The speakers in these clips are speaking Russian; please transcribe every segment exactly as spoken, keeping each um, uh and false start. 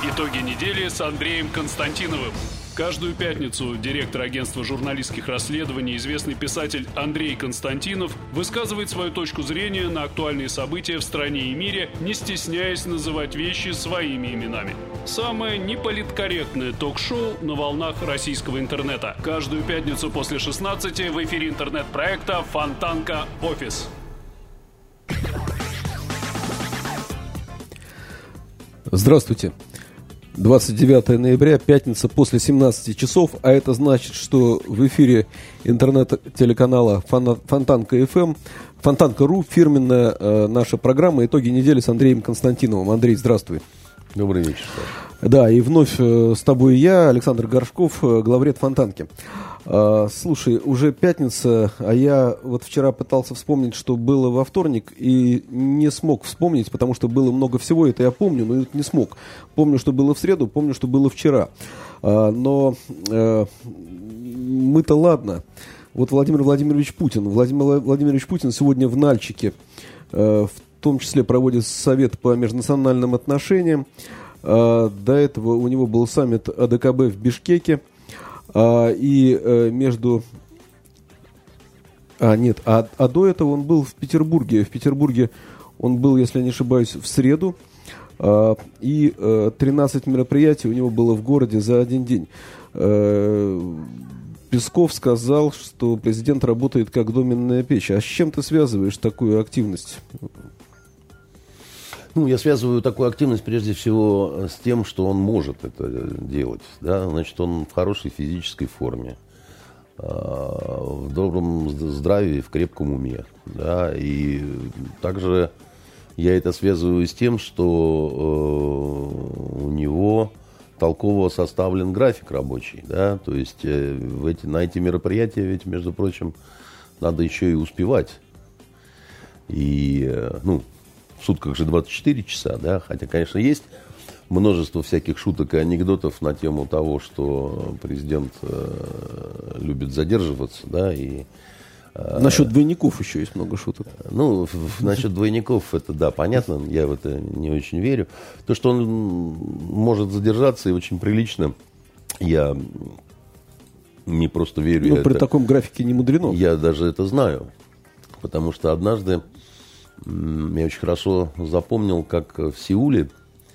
Итоги недели с Андреем Константиновым. Каждую пятницу директор агентства журналистских расследований, известный писатель Андрей Константинов, высказывает свою точку зрения на актуальные события в стране и мире, не стесняясь называть вещи своими именами. Самое неполиткорректное ток-шоу на волнах российского интернета. Каждую пятницу после шестнадцати в эфире интернет-проекта «Фонтанка Офис». Здравствуйте. двадцать девятое ноября, пятница после семнадцати часов, а это значит, что в эфире интернет-телеканала Фонтанка эф эм, Фонтанка.ру, фирменная э, наша программа «Итоги недели» с Андреем Константиновым. Андрей, здравствуй. Добрый вечер. Да, и вновь э, с тобой я, Александр Горшков, э, главред Фонтанки. Э, слушай, уже пятница, а я вот вчера пытался вспомнить, что было во вторник, и не смог вспомнить, потому что было много всего, это я помню, но не смог. Помню, что было в среду, помню, что было вчера. Э, но э, мы-то ладно. Вот Владимир Владимирович Путин. Владимир Владимирович Путин сегодня в Нальчике, э, в том числе проводит совет по межнациональным отношениям. До этого у него был саммит а дэ ка бэ в Бишкеке. И между... А, нет, а, а до этого он был в Петербурге. В Петербурге он был, если я не ошибаюсь, в среду. И тринадцать мероприятий у него было в городе за один день. Песков сказал, что президент работает как доменная печь. А с чем ты связываешь такую активность? Ну, я связываю такую активность прежде всего с тем, что он может это делать. Да? Значит, он в хорошей физической форме, в добром здравии, в крепком уме. Да? И также я это связываю с тем, что у него толково составлен график рабочий. Да? То есть в эти, на эти мероприятия ведь, между прочим, надо еще и успевать. И, ну, в сутках же двадцать четыре часа, да, хотя, конечно, есть множество всяких шуток и анекдотов на тему того, что президент э, любит задерживаться, да, и... Э, насчет двойников еще есть много шуток. Ну, насчет двойников, это, да, понятно, я в это не очень верю. То, что он может задержаться и очень прилично, я не просто верю. Ну, я при это, таком графике не мудрено. Я даже это знаю, потому что однажды я очень хорошо запомнил, как в Сеуле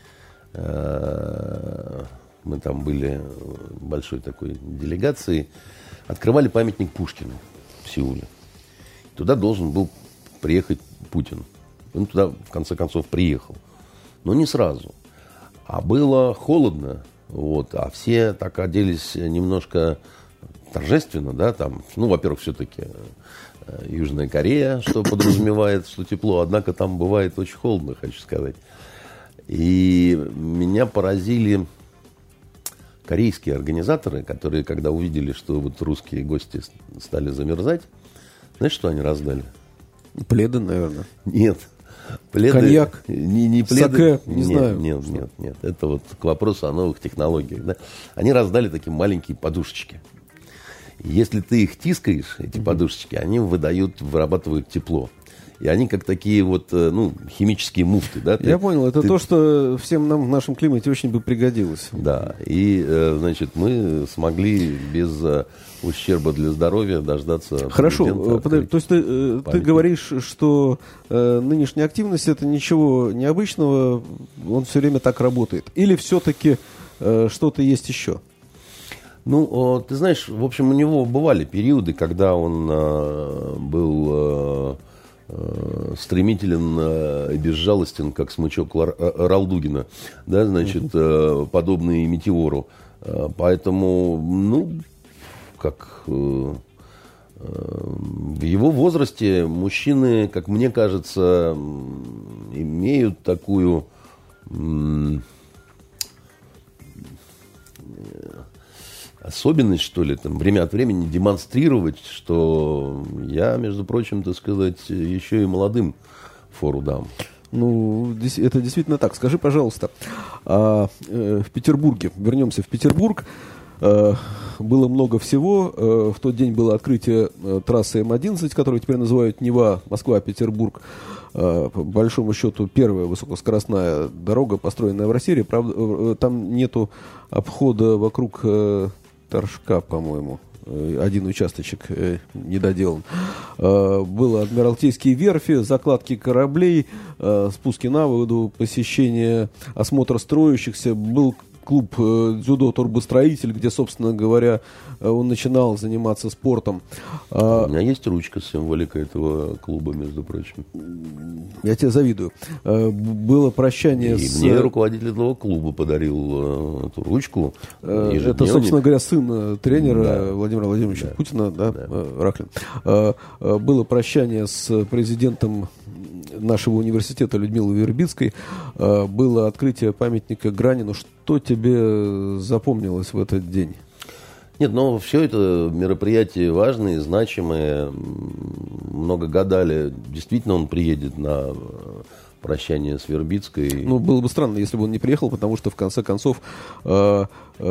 э, мы там были большой такой делегацией, открывали памятник Пушкину в Сеуле. Туда должен был приехать Путин. Он туда, в конце концов, приехал. Но не сразу. А было холодно. Вот, а все так оделись немножко торжественно, да, там, ну, во-первых, все-таки Южная Корея, что подразумевает, что тепло, однако там бывает очень холодно, хочу сказать. И меня поразили корейские организаторы, которые, когда увидели, что вот русские гости стали замерзать, знаешь, что они раздали? Пледы, наверное. Нет. Пледы, коньяк, не, не пледы, саке, не нет, знаю. Нет, нет, нет. Это вот к вопросу о новых технологиях. Да? Они раздали такие маленькие подушечки. Если ты их тискаешь, эти mm-hmm. подушечки, они выдают, вырабатывают тепло. И они как такие вот, ну, химические муфты. Да? Ты, Я понял, это ты... то, что всем нам в нашем климате очень бы пригодилось. Да, и, значит, мы смогли без ущерба для здоровья дождаться... Хорошо, подожди, то есть ты, ты говоришь, что э, нынешняя активность это ничего необычного, он все время так работает. Или все-таки э, что-то есть еще? Ну, ты знаешь, в общем, у него бывали периоды, когда он э, был э, э, стремителен э, и безжалостен, как смычок Лар, э, Ралдугина, да, значит, э, подобный Метеору. Э, поэтому, ну, как э, э, в его возрасте мужчины, как мне кажется, имеют такую... Э, особенность, что ли, там, время от времени демонстрировать, что я, между прочим, так сказать, еще и молодым фору дам. Ну, это действительно так. Скажи, пожалуйста, а, э, в Петербурге, вернемся в Петербург, Было много всего. В тот день было открытие трассы эм одиннадцать, которую теперь называют Нева, Москва-Петербург. По большому счету, первая высокоскоростная дорога, построенная в России. Правда, там нету обхода вокруг Торжка, по-моему. Один участочек не доделан. Было Адмиралтейские верфи, закладки кораблей, спуски на воду, посещение, осмотр строящихся. Был клуб «Дзюдо Турбостроитель», где, собственно говоря, он начинал заниматься спортом. У меня есть ручка с символикой этого клуба, между прочим. Я тебе завидую. Было прощание И с... мне руководитель этого клуба подарил эту ручку. Это, собственно говоря, сын тренера, да, Владимира Владимировича, да, Путина, да, да. Рахлин. Было прощание с президентом нашего университета Людмилой Вербицкой. Было открытие памятника Гранину. Что тебе запомнилось в этот день? Нет, ну все это мероприятия важные, значимые. Много гадали, действительно он приедет на прощание с Вербицкой. Ну, было бы странно, если бы он не приехал, потому что, в конце концов, э,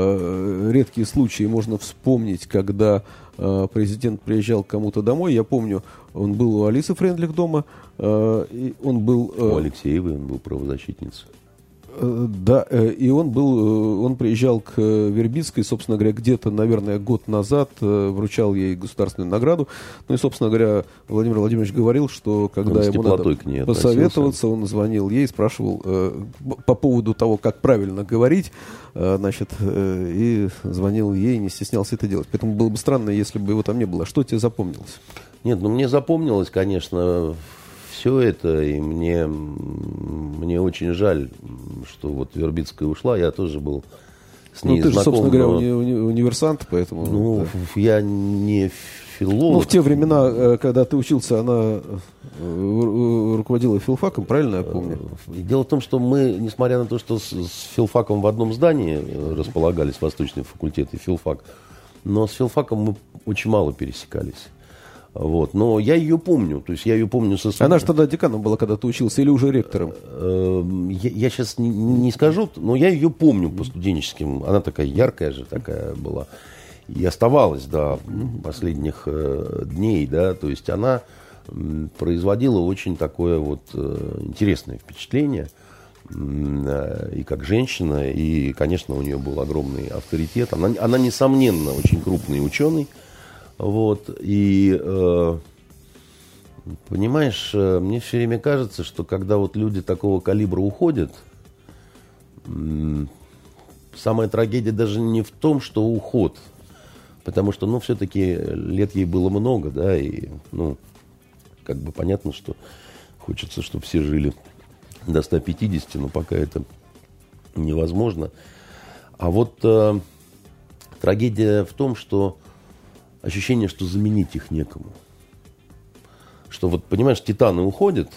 э, редкие случаи можно вспомнить, когда э, президент приезжал к кому-то домой. Я помню, он был у Алисы Френдлих дома. Э, и он был, э, у Алексеевой он был правозащитницей. Да, и он был, он приезжал к Вербицкой, собственно говоря, где-то, наверное, год назад, вручал ей государственную награду. Ну и, собственно говоря, Владимир Владимирович говорил, что когда ему надо посоветоваться, он звонил ей, спрашивал э, по поводу того, как правильно говорить, э, значит, э, и звонил ей, не стеснялся это делать. Поэтому было бы странно, если бы его там не было. Что тебе запомнилось? Нет, ну мне запомнилось, конечно, все это, и мне, мне очень жаль, что вот Вербицкая ушла, я тоже был с ней знаком. Ну, ты же, знаком, собственно говоря, но... уни- уни- универсант, поэтому... Ну, да. Я не филолог. Ну, в те времена, когда ты учился, она руководила филфаком, правильно я помню? Дело в том, что мы, несмотря на то, что с, с филфаком в одном здании располагались, Восточный факультет и филфак, но с филфаком мы очень мало пересекались. Вот. Но я ее помню. То есть я ее помню со... Она же тогда деканом была, когда ты учился, или уже ректором? Я, я сейчас не, не скажу, но я ее помню по студенческим. Она такая яркая же такая была. И оставалась до последних э, дней. Да? То есть она м, производила очень такое вот э, интересное впечатление. Э, и как женщина. И, конечно, у нее был огромный авторитет. Она, она несомненно, очень крупный ученый. Вот, и, э, понимаешь, э, мне все время кажется, что когда вот люди такого калибра уходят, э, самая трагедия даже не в том, что уход, потому что, ну, все-таки лет ей было много, да, и, ну, как бы понятно, что хочется, чтобы все жили до ста пятидесяти, но пока это невозможно. А вот э, трагедия в том, что ощущение, что заменить их некому. Что вот, понимаешь, титаны уходят,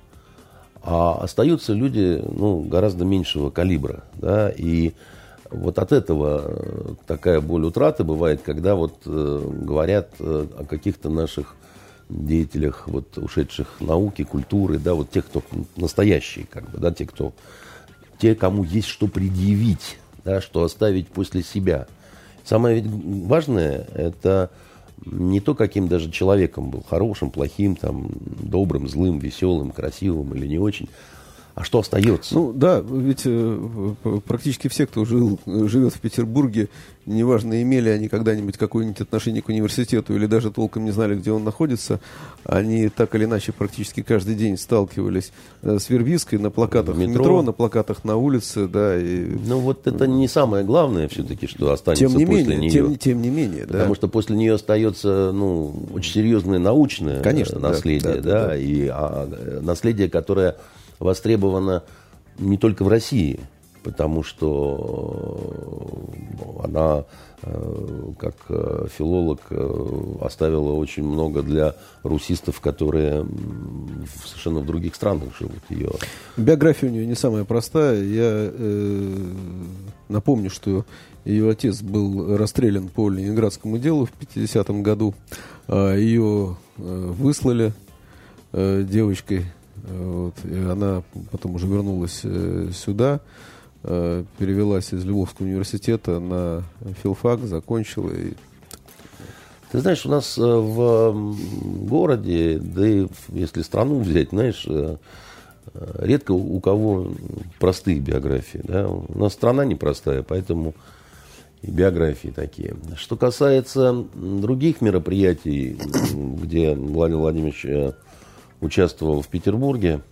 а остаются люди, ну, гораздо меньшего калибра. Да? И вот от этого такая боль утраты бывает, когда вот э, говорят э, о каких-то наших деятелях, вот, ушедших науки, культуры, да, вот тех, кто настоящие, как бы, да, те, кто, те, кому есть что предъявить, да, что оставить после себя. Самое важное – это не то, каким даже человеком был, хорошим, плохим, там, добрым, злым, веселым, красивым или не очень, а что остается. Ну да, ведь э, практически все, кто жил, живет в Петербурге, неважно, имели они когда-нибудь какое-нибудь отношение к университету или даже толком не знали, где он находится, они так или иначе практически каждый день сталкивались э, с Вербицкой на плакатах в метро. метро, на плакатах на улице, да. И... Ну вот это не самое главное все-таки, что останется тем не после менее, нее. Тем, тем не менее, Потому да. что после нее остается, ну, очень серьезное научное Конечно, наследие, да, да, да, да. и а, наследие, которое востребована не только в России, потому что она, как филолог, оставила очень много для русистов, которые совершенно в других странах живут. Ее. Биография у нее не самая простая. Я э, напомню, что ее отец был расстрелян по Ленинградскому делу в пятидесятом году. Ее выслали девочкой. Вот, и она потом уже вернулась э, сюда. э, перевелась из Львовского университета на филфак, закончила. И... Ты знаешь, у нас э, в городе, да и если страну взять, знаешь, э, редко у кого простые биографии. Да? У нас страна непростая, поэтому и биографии такие. Что касается других мероприятий, где Владимир Владимирович участвовал в Петербурге,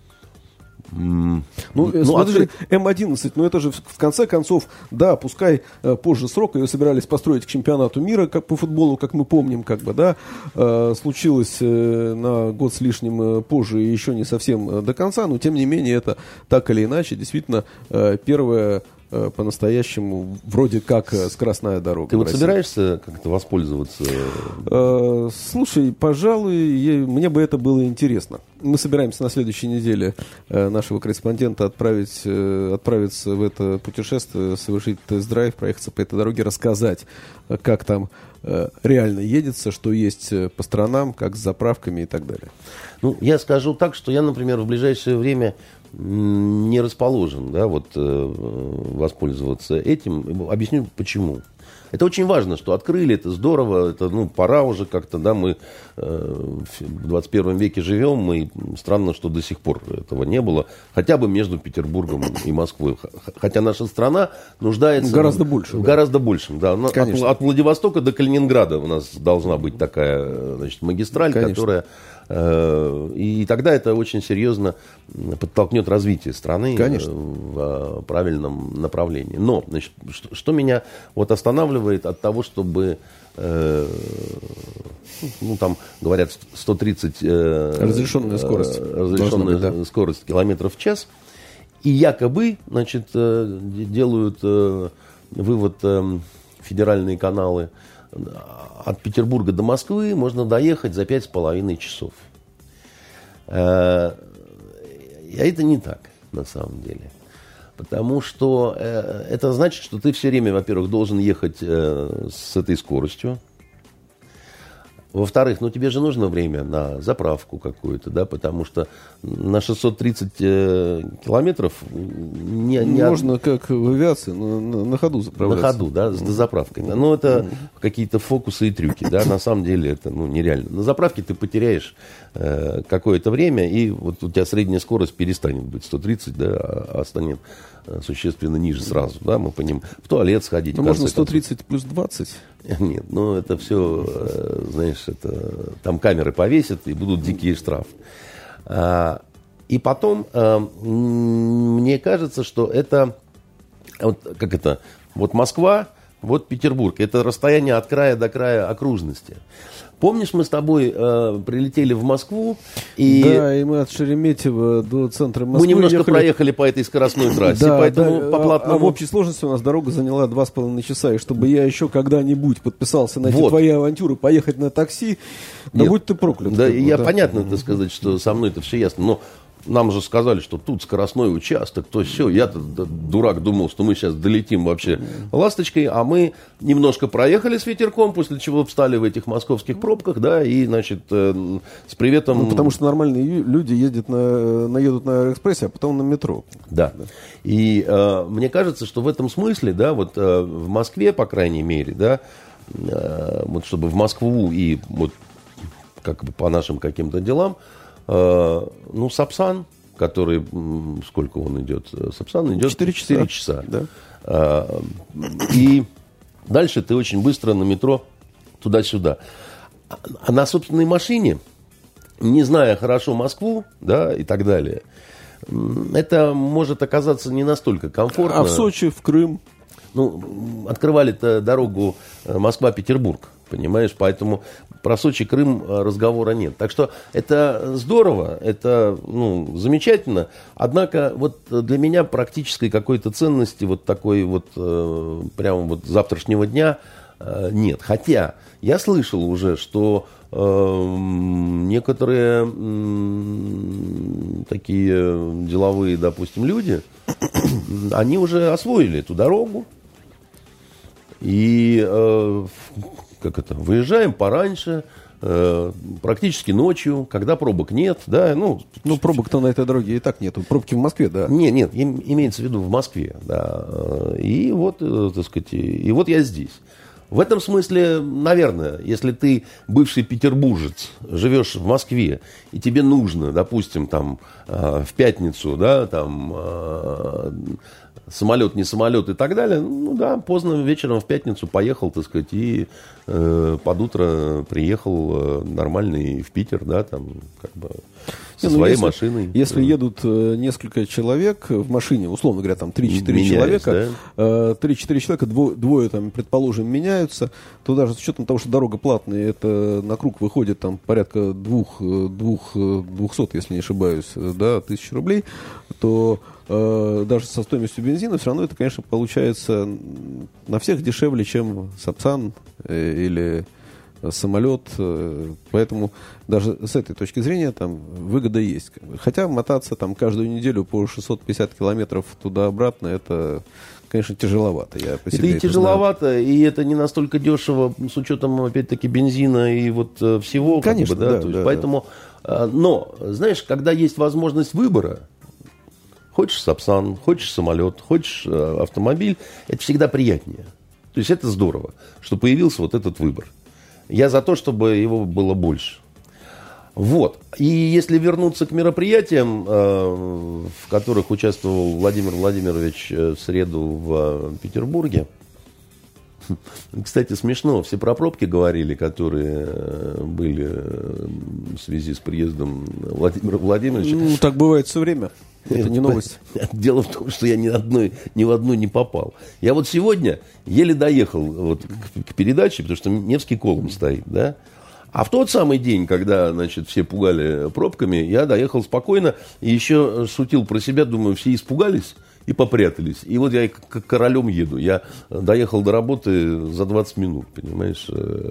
Ну, ну смотри, открыть... эм одиннадцать, ну это же в конце концов, да, пускай э, позже срока, ее собирались построить к чемпионату мира как по футболу, как мы помним, как бы, да, э, случилось э, на год с лишним э, позже и еще не совсем э, до конца, но тем не менее это так или иначе действительно э, первая э, по-настоящему вроде как э, скоростная дорога. Ты вот собираешься как-то воспользоваться? Э, слушай, пожалуй, я, мне бы это было интересно. Мы собираемся на следующей неделе э, нашего корреспондента отправить, э, отправиться в это путешествие, совершить тест-драйв, проехаться по этой дороге, рассказать, э, как там э, реально едется, что есть э, по сторонам, как с заправками и так далее. Ну, я скажу так, что я, например, в ближайшее время не расположен, да, вот, э, воспользоваться этим. Объясню, почему. Это очень важно, что открыли, это здорово, это, ну, пора уже как-то, да, мы э, в двадцать первом веке живем, и странно, что до сих пор этого не было, хотя бы между Петербургом и Москвой. Хотя наша страна нуждается... Гораздо больше. В да. Гораздо большем, да. От, от Владивостока до Калининграда у нас должна быть такая, значит, магистраль, Конечно. которая... И тогда это очень серьезно подтолкнет развитие страны Конечно. в правильном направлении. Но, значит, что, что меня вот останавливает от того, чтобы, э, ну, там говорят сто тридцать э, разрешенная скорость, разрешенная быть, да. скорость километров в час, и якобы, значит, делают э, вывод э, федеральные каналы. От Петербурга до Москвы можно доехать за пять с половиной часов. А это не так, на самом деле. Потому что это значит, что ты все время, во-первых, должен ехать с этой скоростью. Во-вторых, ну тебе же нужно время на заправку какую-то, да, потому что на шестьсот тридцать э, километров не, не можно от... как в авиации на, на, на ходу заправляться. На ходу, да, с дозаправкой. Да. Но это mm-hmm. какие-то фокусы и трюки, да, на самом деле это, ну, нереально. На заправке ты потеряешь э, какое-то время, и вот у тебя средняя скорость перестанет быть сто тридцать, да, а станет существенно ниже сразу, да, мы понимаем. В туалет сходить. Ну, можно сто тридцать плюс двадцать. Нет, ну это все, знаешь, это там камеры повесят и будут дикие штрафы. А, и потом, а, мне кажется, что это, вот, как это, вот Москва, вот Петербург, это расстояние от края до края окружности. Помнишь, мы с тобой э, прилетели в Москву? И да, и мы от Шереметьево до центра Москвы мы немножко ехали... проехали по этой скоростной трассе. Да, поэтому да, по платному... а в общей сложности у нас дорога заняла два с половиной часа. И чтобы я еще когда-нибудь подписался на эти вот. твои авантюры, поехать на такси, да Нет, будь ты проклят. Да, я да. понятно, это сказать, что со мной это все ясно, но нам же сказали, что тут скоростной участок, то все. Я-то, дурак, думал, что мы сейчас долетим вообще ласточкой, а мы немножко проехали с ветерком, после чего встали в этих московских пробках, да, и, значит, э, с приветом... Ну, потому что нормальные люди ездят на, наедут на Аэроэкспрессе, а потом на метро. Да. да. И э, мне кажется, что в этом смысле, да, вот э, в Москве, по крайней мере, да, э, вот чтобы в Москву и вот как бы по нашим каким-то делам, ну, Сапсан, который, сколько он идет? Сапсан идет четыре часа. четыре часа. Да. И дальше ты очень быстро на метро туда-сюда. А на собственной машине, не зная хорошо Москву, да, и так далее, это может оказаться не настолько комфортно. А в Сочи, в Крым? Ну, открывали-то дорогу Москва-Петербург, понимаешь, поэтому про Сочи, Крым разговора нет. Так что это здорово, это, ну, замечательно, однако вот для меня практической какой-то ценности вот такой вот э, прямо вот завтрашнего дня э, нет. Хотя я слышал уже, что э, некоторые э, такие деловые, допустим, люди, они уже освоили эту дорогу. И э, как это, выезжаем пораньше, э, практически ночью, когда пробок нет, да, ну... Ну, пробок-то на этой дороге и так нету. Пробки в Москве, да. Нет, нет, им, имеется в виду в Москве, да. И вот, э, так сказать, и, и вот я здесь. В этом смысле, наверное, если ты бывший петербуржец, живешь в Москве, и тебе нужно, допустим, там, э, в пятницу, да, там, э, самолет, не самолет и так далее, ну да, поздно вечером в пятницу поехал, так сказать, и э, под утро приехал э, нормальный в Питер, да, там, как бы, со Не, ну, своей если, машиной. Если едут э, несколько человек в машине, условно говоря, там три-четыре человека, да? э, три-четыре человека, двое, двое, там, предположим, меняются, то даже с учетом того, что дорога платная, это на круг выходит там порядка двух, двух, двухсот, если не ошибаюсь, да, тысяч рублей, то э, даже со стоимостью бензина все равно это, конечно, получается на всех дешевле, чем Сапсан э, или самолет, поэтому даже с этой точки зрения там выгода есть. Хотя мотаться там каждую неделю по шестьсот пятьдесят километров туда-обратно, это, конечно, тяжеловато. Я по это себе и это тяжеловато, знаю. И это не настолько дешево с учетом, опять-таки, бензина и вот всего. Конечно, как бы, да, да, то есть, да, поэтому, да. Но, знаешь, когда есть возможность выбора, хочешь Сапсан, хочешь самолет, хочешь автомобиль, это всегда приятнее. То есть это здорово, что появился вот этот выбор. Я за то, чтобы его было больше. Вот. И если вернуться к мероприятиям, в которых участвовал Владимир Владимирович в среду в Петербурге. Кстати, смешно, все про пробки говорили, которые были в связи с приездом Владимира Владимировича. Ну, так бывает все время. Это не новость. Дело в том, что я ни, одной, ни в одну не попал. Я вот сегодня еле доехал вот к, к передаче, потому что Невский колом стоит, да. А в тот самый день, когда, значит, все пугали пробками, я доехал спокойно и еще шутил про себя, думаю, все испугались и попрятались. И вот я как королем еду. Я доехал до работы за двадцать минут, понимаешь.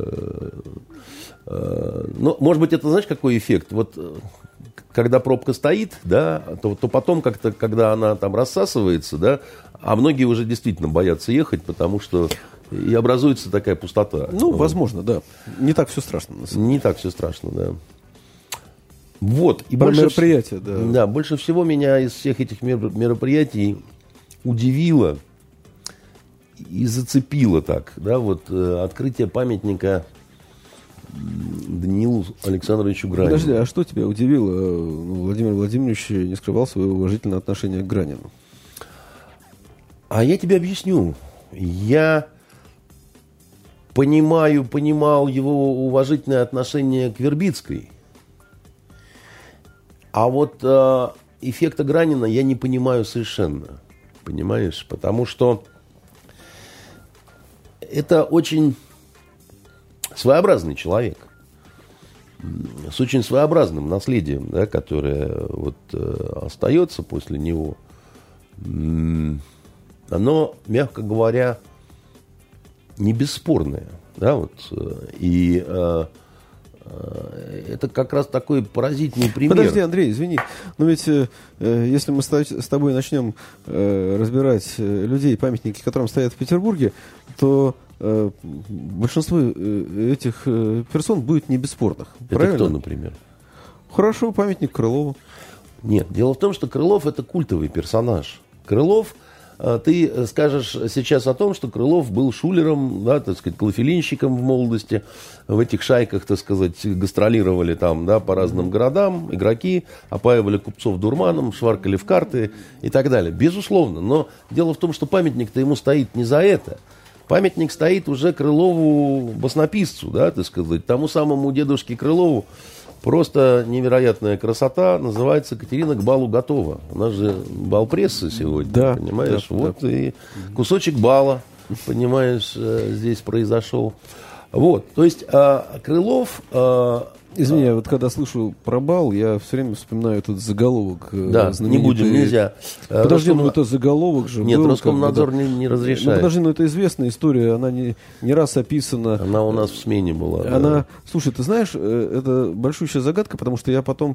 Ну, может быть, это, знаешь, какой эффект? Вот когда пробка стоит, да, то, то потом как-то, когда она там рассасывается, да, а многие уже действительно боятся ехать, потому что и образуется такая пустота. Ну, возможно, да. Не так все страшно. Не так все страшно, да. Вот. И Про больше мероприятия, да. Да, больше всего меня из всех этих мероприятий удивило и зацепило так, да, вот э, открытие памятника Даниилу Александровичу Гранину. Подожди, а что тебя удивило? Владимир Владимирович не скрывал свое уважительное отношение к Гранину. А я тебе объясню. Я понимаю, понимал его уважительное отношение к Вербицкой. А вот э, эффекта Гранина я не понимаю совершенно. Понимаешь? Потому что это очень своеобразный человек. С очень своеобразным наследием, да, которое вот, э, остается после него. Оно, мягко говоря, не бесспорное. Да, вот, и э, э, это как раз такой поразительный пример. Подожди, Андрей, извини. Но ведь э, если мы с тобой начнем э, разбирать людей, памятники, которым стоят в Петербурге, то э, большинство этих э, персон будет не бесспорных. Это правильно? кто, например? Хорошо, памятник Крылову. Нет, дело в том, что Крылов — это культовый персонаж. Крылов... Ты скажешь сейчас о том, что Крылов был шулером, да, так сказать, клофелинщиком в молодости. В этих шайках, так сказать, гастролировали там, да, по разным городам. Игроки опаивали купцов дурманом, шваркали в карты и так далее. Безусловно. Но дело в том, что памятник-то ему стоит не за это. Памятник стоит уже Крылову баснописцу, да, так сказать, тому самому дедушке Крылову. Просто невероятная красота. Называется «Катерина к балу готова». У нас же бал прессы сегодня, да, понимаешь? Да, вот да. И кусочек бала, понимаешь, здесь произошел. Вот, то есть Крылов... Извини, я вот когда слышу про бал, я все время вспоминаю этот заголовок. Да, не будем, нельзя. Подожди, Роском... ну это заголовок же. Нет, был, Роскомнадзор как бы, не, не разрешает. Ну подожди, ну это известная история, она не, не раз описана. Она у нас в смене была. Она, да. Слушай, ты знаешь, это большущая загадка, потому что я потом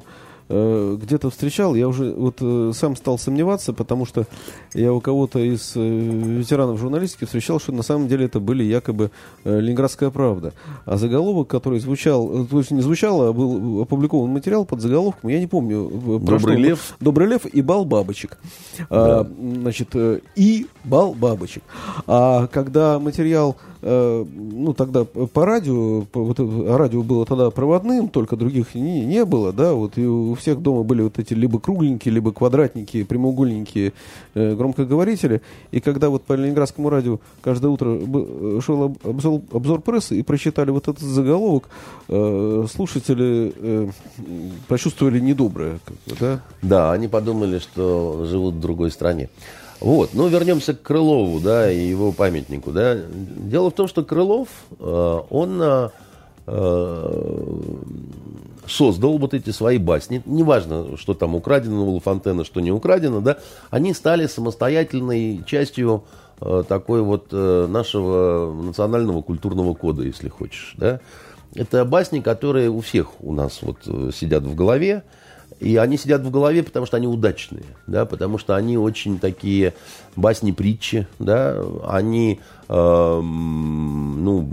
э, где-то встречал, я уже вот э, сам стал сомневаться, потому что я у кого-то из э, ветеранов журналистики встречал, что на самом деле это были якобы э, «Ленинградская правда». А заголовок, который звучал, то есть не звучал, а был опубликован материал под заголовком, я не помню. «Добрый лев». «Добрый лев» и «Бал бабочек». Да. А, значит, э, и «Бал бабочек». А когда материал, э, ну тогда по радио, по, вот, радио было тогда проводным, только других не, не было, да, вот и у всех дома были вот эти либо кругленькие, либо квадратненькие, прямоугольненькие э, громкоговорители, и когда вот по Ленинградскому радио каждое утро шел обзор, обзор прессы и прочитали вот этот заголовок, э, слушатели э, почувствовали недоброе, как бы, да? Да, они подумали, что живут в другой стране. Вот, ну вернемся к Крылову, да, и его памятнику, да. Дело в том, что Крылов, э, он э, создал вот эти свои басни, неважно, что там украдено у Ла Фонтена, что не украдено, да, они стали самостоятельной частью э, такой вот э, нашего национального культурного кода, если хочешь, да. Это басни, которые у всех у нас вот сидят в голове. И они сидят в голове, потому что они удачные, да, потому что они очень такие басни-притчи, да, они, э, ну,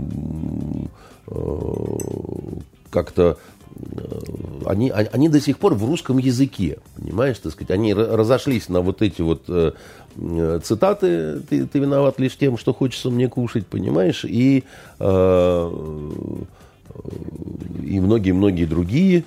э, как-то, э, они, они до сих пор в русском языке, понимаешь, так сказать, они разошлись на вот эти вот э, цитаты, ты, ты виноват лишь тем, что хочется мне кушать, понимаешь, и, э, и многие-многие другие,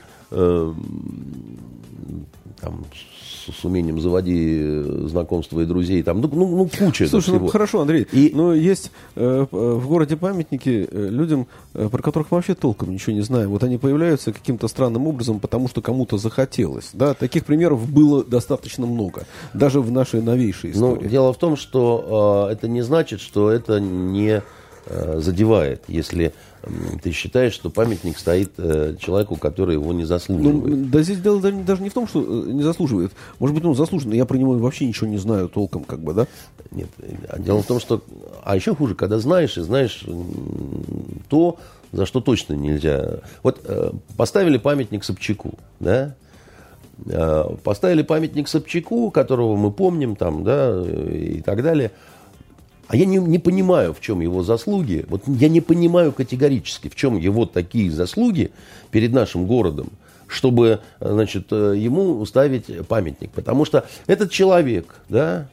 там, с, с умением заводи знакомства и друзей, там, ну, ну, ну куча. Слушай, всего. Ну хорошо, Андрей, и... но есть э, в городе памятники э, людям, э, про которых мы вообще толком ничего не знаем. Вот они появляются каким-то странным образом, потому что кому-то захотелось. Да? Таких примеров было достаточно много, даже в нашей новейшей истории. Ну, дело в том, что э, это не значит, что это не э, задевает, если ты считаешь, что памятник стоит э, человеку, который его не заслуживает. Ну, да здесь дело даже, даже не в том, что не заслуживает. Может быть, он заслуженный, я про него вообще ничего не знаю толком, как бы, да? Нет, дело в том, что... А еще хуже, когда знаешь, и знаешь то, за что точно нельзя... Вот э, поставили памятник Собчаку, да? Э, поставили памятник Собчаку, которого мы помним, там, да, и так далее... А я не, не понимаю, в чем его заслуги. Вот я не понимаю категорически, в чем его такие заслуги перед нашим городом, чтобы, значит, ему ставить памятник. Потому что этот человек, да,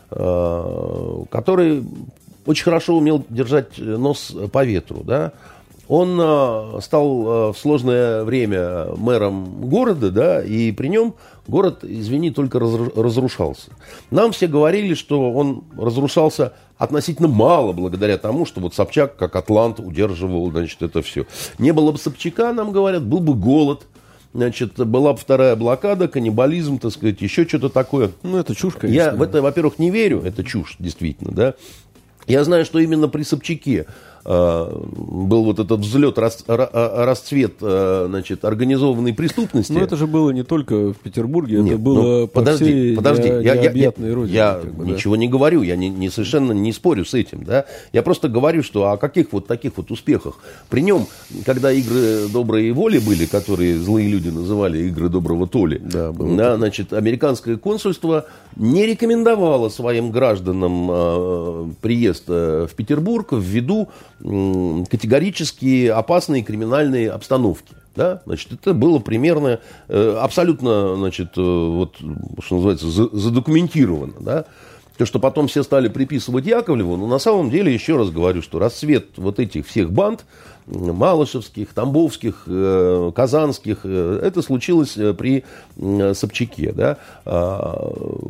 который очень хорошо умел держать нос по ветру, да, он стал в сложное время мэром города, да, и при нем город, извини, только разрушался. Нам все говорили, что он разрушался относительно мало, благодаря тому, что вот Собчак, как атлант, удерживал, значит, это все. Не было бы Собчака, нам говорят, был бы голод, значит, была бы вторая блокада, каннибализм, так сказать, еще что-то такое. Ну, это чушь, конечно. Я в это, во-первых, не верю, это чушь, действительно, да. Я знаю, что именно при Собчаке был вот этот взлет, расцвет, значит, организованной преступности. Но это же было не только в Петербурге, Нет, это было ну, по подожди, всей подожди. Не, Я, необъятной я, родине. Я как бы, ничего да. не говорю, я не, не, совершенно не спорю с этим. Да? Я просто говорю, что о каких вот таких вот успехах. При нем, когда игры доброй воли были, которые злые люди называли игры доброго Толи, да, да, значит, американское консульство не рекомендовало своим гражданам э, приезд э, в Петербург ввиду э, категорически опасной криминальной обстановки. Да? Значит, это было примерно э, абсолютно, значит, э, вот, что называется, за, задокументировано. Да? То, что потом все стали приписывать Яковлеву, но на самом деле, еще раз говорю, что расцвет вот этих всех банд, малышевских, тамбовских, э, казанских, э, это случилось при э, Собчаке. Да? А,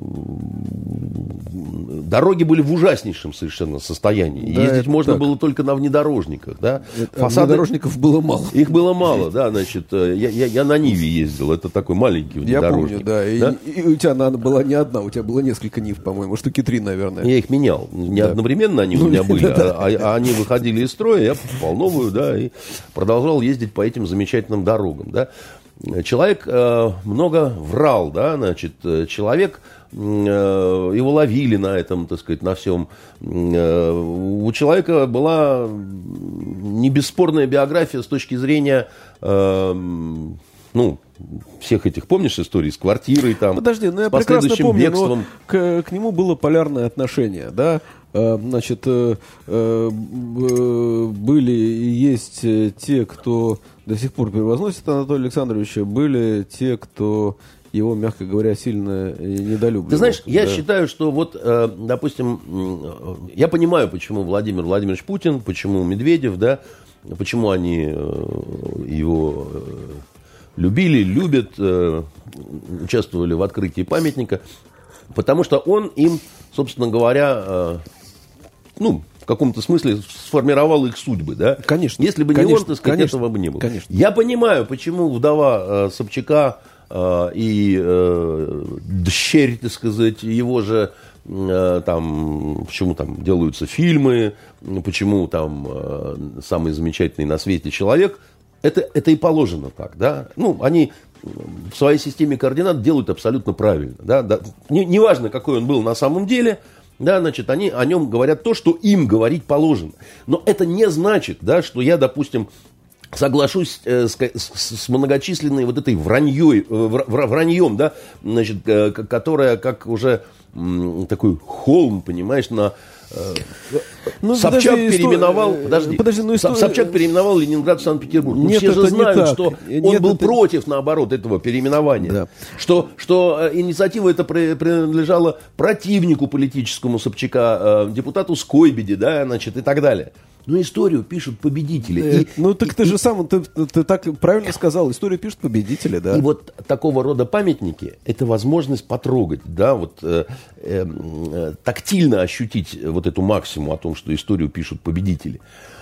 дороги были в ужаснейшем совершенно состоянии. Да, ездить можно так. было только на внедорожниках. Да? Это, Фасады... Внедорожников было мало. Их было мало, да, значит, я, я, я на Ниве ездил, это такой маленький внедорожник. Я помню, да, да? И, и у тебя она была не одна, у тебя было несколько Нив, по-моему, штуки три, наверное. Я их менял, не да. одновременно они у меня были, а, а они выходили из строя, я покупал новую, да, и продолжал ездить по этим замечательным дорогам, да. Человек э, много врал, да, значит, человек, э, его ловили на этом, так сказать, на всем. Э, у человека была не бесспорная биография с точки зрения, э, ну, всех этих, помнишь, историй с квартирой, там, Подожди, ну я с последующим прекрасно помню, бегством. К, к нему было полярное отношение, да, э, значит, э, э, были и есть те, кто до сих пор превозносит Анатолия Александровича, были те, кто его, мягко говоря, сильно недолюбливал. Ты знаешь, я да. считаю, что вот, э, допустим, э, я понимаю, почему Владимир Владимирович Путин, почему Медведев, да, почему они э, его э, любили, любят, э, участвовали в открытии памятника, потому что он им, собственно говоря, э, ну, в каком-то смысле сформировал их судьбы, да? Конечно. Если бы конечно, не он, так сказать, конечно, этого бы не было. Конечно. Я понимаю, почему вдова э, Собчака э, и э, дщерь, так сказать, его же э, там, почему там делаются фильмы, почему там э, самый замечательный на свете человек, это, это и положено так, да? Ну, они в своей системе координат делают абсолютно правильно, да? Да? Не, неважно, какой он был на самом деле. Да, значит, они о нем говорят то, что им говорить положено. Но это не значит, да, что я, допустим, соглашусь э, с, с, с многочисленной вот этой враньей, э, враньем, да, значит, э, которая как уже э, такой холм, понимаешь, на... Э, ну, Собчак подожди, переименовал, истор... подожди, подожди ну, истор... Собчак переименовал Ленинград в Санкт-Петербург. Ну, все же знают, что Нет, он был это... против, наоборот, этого переименования. Да. Что, что инициатива эта принадлежала противнику политическому Собчака, депутату Скойбеде, да, значит, и так далее. Но историю пишут победители. Э, и, ну так и, ты и, же сам, ты, ты так правильно сказал, историю пишут победители, да. И вот такого рода памятники – это возможность потрогать, да, вот э, э, тактильно ощутить вот эту максимум о том, что историю пишут победители.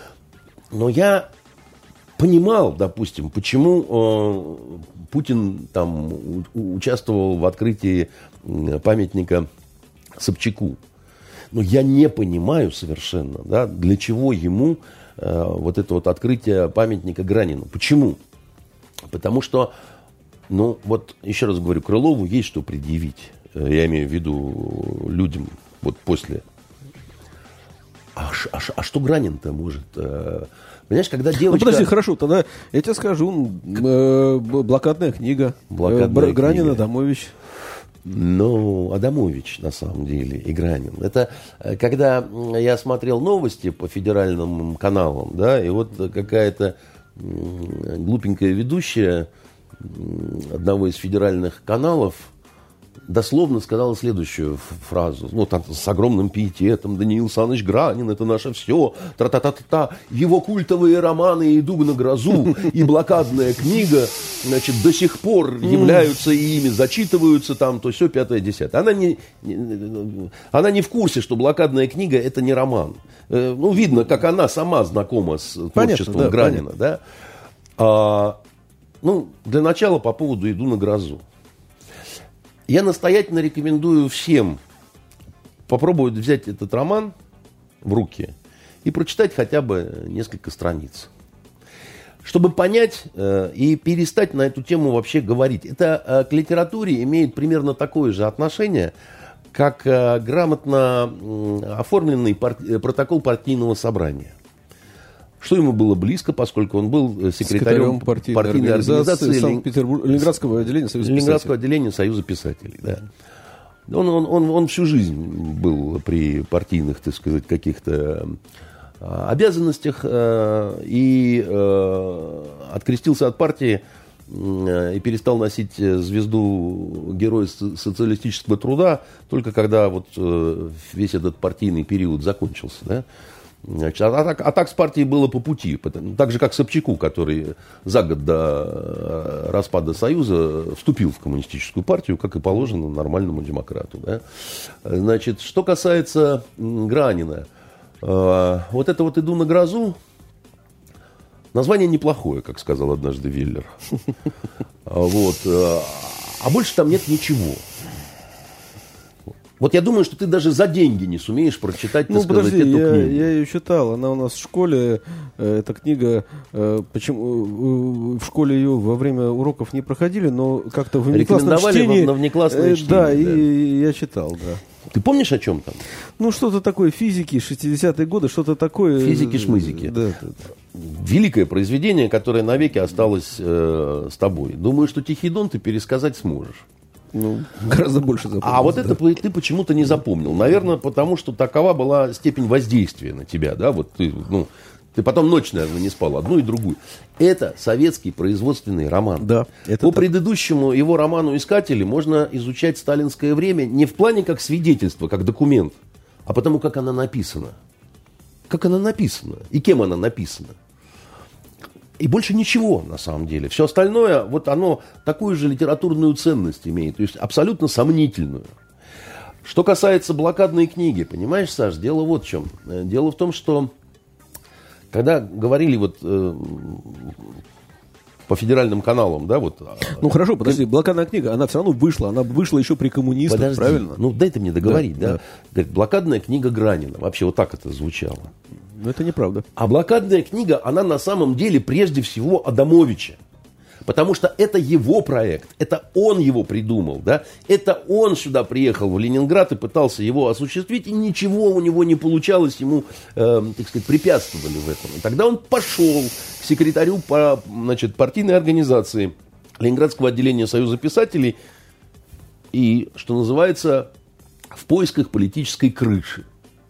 Но я понимал, допустим, почему э, Путин там у, участвовал в открытии памятника Собчаку. Но я не понимаю совершенно, да, для чего ему э, вот это вот открытие памятника Гранину. Почему? Потому что, ну, вот еще раз говорю, Крылову есть что предъявить. Я имею в виду людям вот после. А, а, а что Гранин-то может? Э, понимаешь, когда девочка... Ну, подожди, хорошо, тогда я тебе скажу, э, блокадная книга, блокадная э, Гранин, книга. Адамович. Ну, Адамович, на самом деле, и Гранин. Это когда я смотрел новости по федеральным каналам, да, и вот какая-то глупенькая ведущая одного из федеральных каналов дословно сказала следующую фразу, ну, там, с огромным пиететом: Даниил Саныч Гранин, это наше все, тра-та-та-та-та, его культовые романы «Иду на грозу» и блокадная книга, значит, до сих пор являются и ими зачитываются, там, то все, пятое, десятое. Она не, не, она не в курсе, что блокадная книга – это не роман. Ну, видно, как она сама знакома с творчеством понятно, да, Гранина, понятно. Да? А, ну, для начала по поводу «Иду на грозу». Я настоятельно рекомендую всем попробовать взять этот роман в руки и прочитать хотя бы несколько страниц, чтобы понять э, и перестать на эту тему вообще говорить. Это э, к литературе имеет примерно такое же отношение, как э, грамотно э, оформленный парти- протокол партийного собрания. Что ему было близко, поскольку он был секретарем партийной, партийной организации, организации Санкт-Петербург... Ленинградского отделения Союза писателей. Ленинградского отделения Союза писателей, да. Он, он, он, он всю жизнь был при партийных, так сказать, каких-то обязанностях э, и э, открестился от партии э, и перестал носить звезду Героя социалистического труда только когда вот э, весь этот партийный период закончился, да. Значит, а, а, так, а так с партией было по пути. Так же, как Собчаку, который за год до распада Союза вступил в коммунистическую партию, как и положено нормальному демократу. Да? Значит, что касается Гранина, э, вот это вот «Иду на грозу», название неплохое, как сказал однажды Веллер. Вот, а больше там нет ничего. Вот я думаю, что ты даже за деньги не сумеешь прочитать, так ну, сказать, подожди, эту я, книгу. я ее читал, она у нас в школе, э, эта книга, э, почему, э, в школе ее во время уроков не проходили, но как-то в внеклассном чтении... на внеклассное э, чтение. Да, Да, и я читал, да. Ты помнишь, о чем там? Ну, что-то такое, физики, шестидесятые годы, что-то такое... Физики-шмызики. Да, да, да. Великое произведение, которое навеки осталось э, с тобой. Думаю, что «Тихий Дон» ты пересказать сможешь. Ну, гораздо больше запомнил. А вот да. это ты почему-то не запомнил. Наверное, потому что такова была степень воздействия на тебя. Да? Вот ты, ну, ты потом ночь, наверное, не спал, одну и другую. Это советский производственный роман. Да, это По так. предыдущему его роману «Искатели» можно изучать сталинское время не в плане как свидетельство, как документ, а потому как она написана. Как она написана и кем она написана. И больше ничего, на самом деле. Все остальное, вот оно такую же литературную ценность имеет, то есть абсолютно сомнительную. Что касается блокадной книги, понимаешь, Саш, дело вот в чем. Дело в том, что когда говорили вот э, по федеральным каналам, да, вот... Ну, хорошо, подожди, блокадная книга, она все равно вышла, она вышла еще при коммунистах, Подожди, правильно? ну дай ты мне договорить, да? Да, да. Говорит, блокадная книга Гранина, вообще вот так это звучало. Но это неправда. А блокадная книга, она на самом деле прежде всего Адамовича. Потому что это его проект, это он его придумал, да? Это он сюда приехал в Ленинград и пытался его осуществить, и ничего у него не получалось, ему, э, так сказать, препятствовали в этом. И тогда он пошел к секретарю по, значит, партийной организации Ленинградского отделения Союза писателей и, что называется, в поисках политической крыши.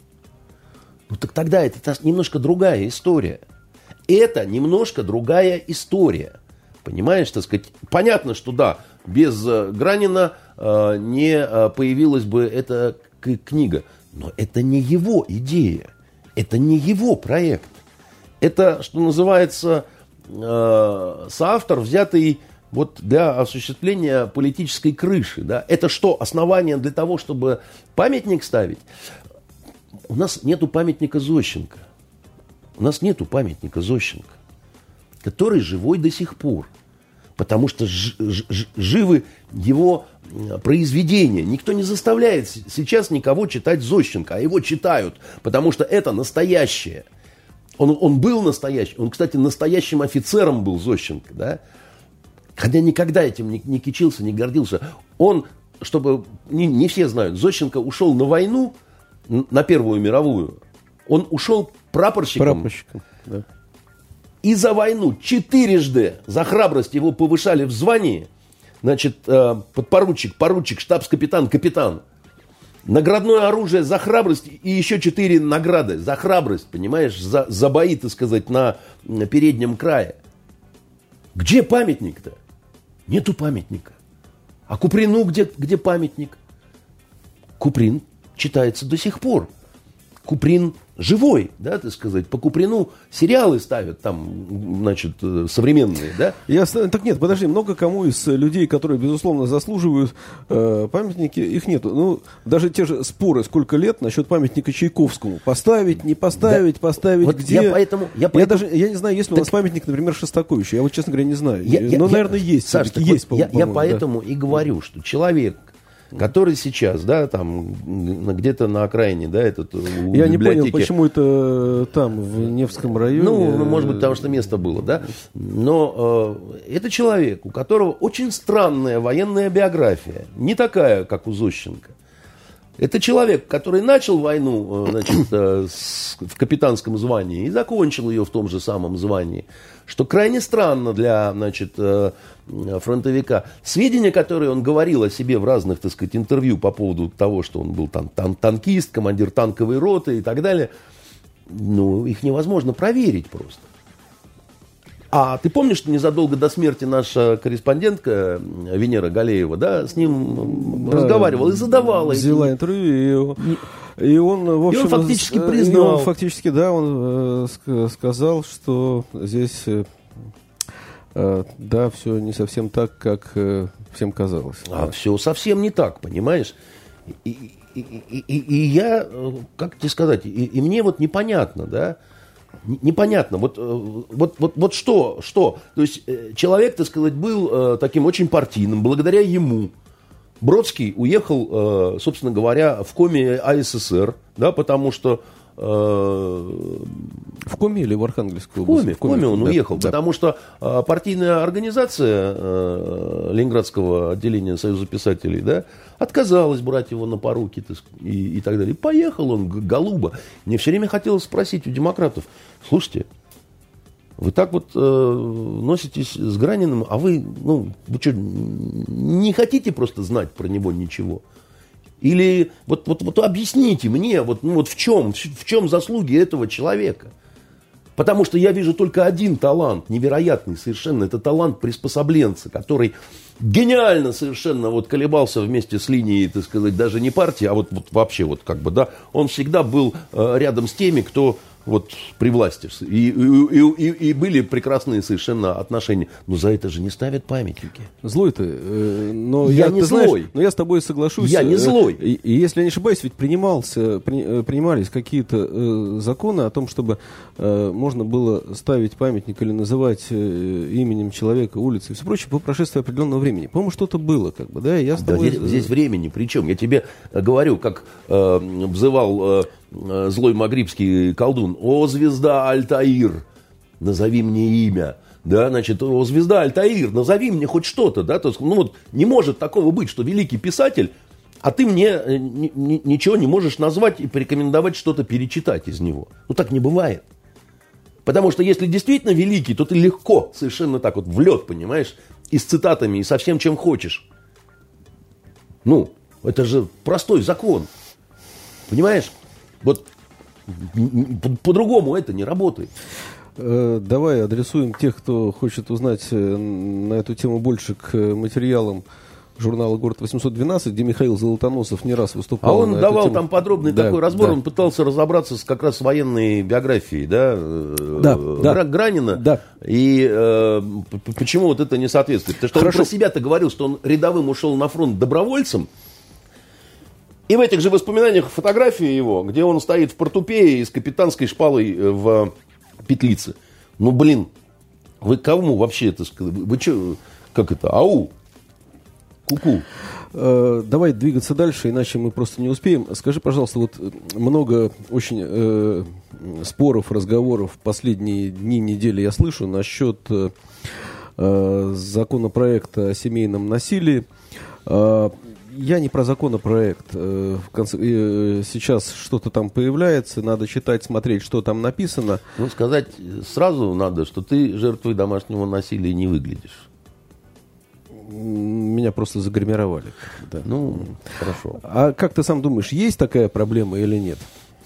Ну так тогда это немножко другая история. Это немножко другая история. Понимаешь, так сказать, понятно, что да, без э, Гранина э, не э, появилась бы эта к- книга. Но это не его идея, это не его проект. Это, что называется, э, соавтор, взятый вот для осуществления политической крыши. Да? Это что, основание для того, чтобы памятник ставить? У нас нету памятника Зощенко. У нас нету памятника Зощенко, который живой до сих пор. Потому что ж, ж, живы его произведения. Никто не заставляет сейчас никого читать Зощенко, а его читают, потому что это настоящее. Он, он был настоящим. Он, кстати, настоящим офицером был Зощенко. Да? Хотя никогда этим не, не кичился, не гордился. Он, чтобы не, не все знают, Зощенко ушел на войну, на Первую мировую. Он ушел прапорщиком. Прапорщиком, да. И за войну четырежды за храбрость его повышали в звании. Значит, подпоручик, поручик, штабс-капитан, капитан. Наградное оружие за храбрость и еще четыре награды за храбрость, понимаешь, за, за бои, так сказать, на, на переднем крае. Где памятник-то? Нету памятника. А Куприну где, где памятник? Куприн читается до сих пор. Куприн живой, да, так сказать. По Куприну сериалы ставят там, значит, современные, да? Я, так нет, подожди, много кому из людей, которые, безусловно, заслуживают э, памятники, их нету. Ну, даже те же споры, сколько лет насчет памятника Чайковскому. Поставить, не поставить, да. поставить, вот где. Я, поэтому, я, я поэтому... даже, я не знаю, есть ли так... у нас памятник, например, Шостаковичу. Я вот, честно говоря, не знаю. Я, я, Но, я, наверное, есть. Саш, есть вот, я, я поэтому да. и говорю, что человек, который сейчас, да, там, где-то на окраине, да, этот, у Я библиотеки. не понял, почему это там, в Невском районе. Ну, ну, может быть, потому что место было, да. Но э, это человек, у которого очень странная военная биография. Не такая, как у Зощенко. Это человек, который начал войну, значит, э, с, в капитанском звании и закончил ее в том же самом звании. Что крайне странно для, значит, э, фронтовика. Сведения, которые он говорил о себе в разных, так сказать, интервью по поводу того, что он был там, тан- танкист, командир танковой роты и так далее, ну, их невозможно проверить просто. А ты помнишь, что незадолго до смерти наша корреспондентка Венера Галеева, да, с ним да, разговаривала и задавала. Взяла эти... интервью, и, и он, в общем, и он фактически признал. Он фактически, да, он э, сказал, что здесь, э, э, да, все не совсем так, как э, всем казалось. А да. Все совсем не так, понимаешь? И, и, и, и, и я, как тебе сказать, и, и мне вот непонятно, да, непонятно, вот, вот, вот, вот что, что, то есть человек, так сказать, был таким очень партийным, благодаря ему Бродский уехал, собственно говоря, в коме АССР, да, потому что... В Коме или в Архангельской области? В Коме, в Коме он да, уехал, да. потому что партийная организация Ленинградского отделения Союза писателей, да, отказалась брать его на поруки и, и так далее. Поехал он, голубо. Мне все время хотелось спросить у демократов: слушайте, вы так вот э, носитесь с Граниным, а вы, ну, вы что, не хотите просто знать про него ничего? Или вот, вот, вот объясните мне, вот, ну, вот в чем, в чем заслуги этого человека? Потому что я вижу только один талант, невероятный совершенно, это талант приспособленца, который гениально совершенно вот колебался вместе с линией, так сказать, даже не партии, а вот, вот вообще вот как бы, да, он всегда был э, рядом с теми, кто вот при власти. И, и, и, и были прекрасные совершенно отношения. Но за это же не ставят памятники. Злой ты. Э, но я, я не ты злой. Знаешь, но я с тобой соглашусь. Я не злой. И, и если я не ошибаюсь, ведь принимался, при, принимались какие-то э, законы о том, чтобы э, можно было ставить памятник или называть э, именем человека улицы и все прочее по прошествии определенного времени. По-моему, что-то было, как бы, да? Я с да тобой... здесь, здесь времени. Причем я тебе говорю, как э, взывал... Э, злой магрибский колдун: «О, звезда Альтаир, назови мне имя». Да, значит, «О, звезда Альтаир, назови мне хоть что-то». Да, то есть, ну вот не может такого быть, что великий писатель, а ты мне ни, ни, ничего не можешь назвать и порекомендовать что-то перечитать из него. Ну так не бывает. Потому что если действительно великий, то ты легко совершенно так вот в лед, понимаешь, и с цитатами, и со всем, чем хочешь. Ну, это же простой закон. Понимаешь? Вот по-другому это не работает. Давай адресуем тех, кто хочет узнать на эту тему больше, к материалам журнала «Город восемьсот двенадцать», где Михаил Золотоносов не раз выступал. А он на давал эту тему. Там подробный да, такой разбор, да. Он пытался разобраться с, как раз с военной биографией, да, да, Гра- да. Гранина. Да. И э, почему вот это не соответствует? Потому что Хорошо. Он про себя-то говорил, что он рядовым ушел на фронт добровольцем. И в этих же воспоминаниях фотография его, где он стоит в портупее с капитанской шпалой в петлице. Ну, блин, вы кому вообще это сказали? Вы что, как это, ау? Ку-ку. Э, давай двигаться дальше, иначе мы просто не успеем. Скажи, пожалуйста, вот много очень э, споров, разговоров в последние дни, недели я слышу насчет э, законопроекта о семейном насилии. Э, Я не про законопроект. В конце, сейчас что-то там появляется, надо читать, смотреть, что там написано. Ну, сказать сразу надо, что ты жертвой домашнего насилия не выглядишь. Меня просто загримировали. Да. Ну, хорошо. А как ты сам думаешь, есть такая проблема или нет?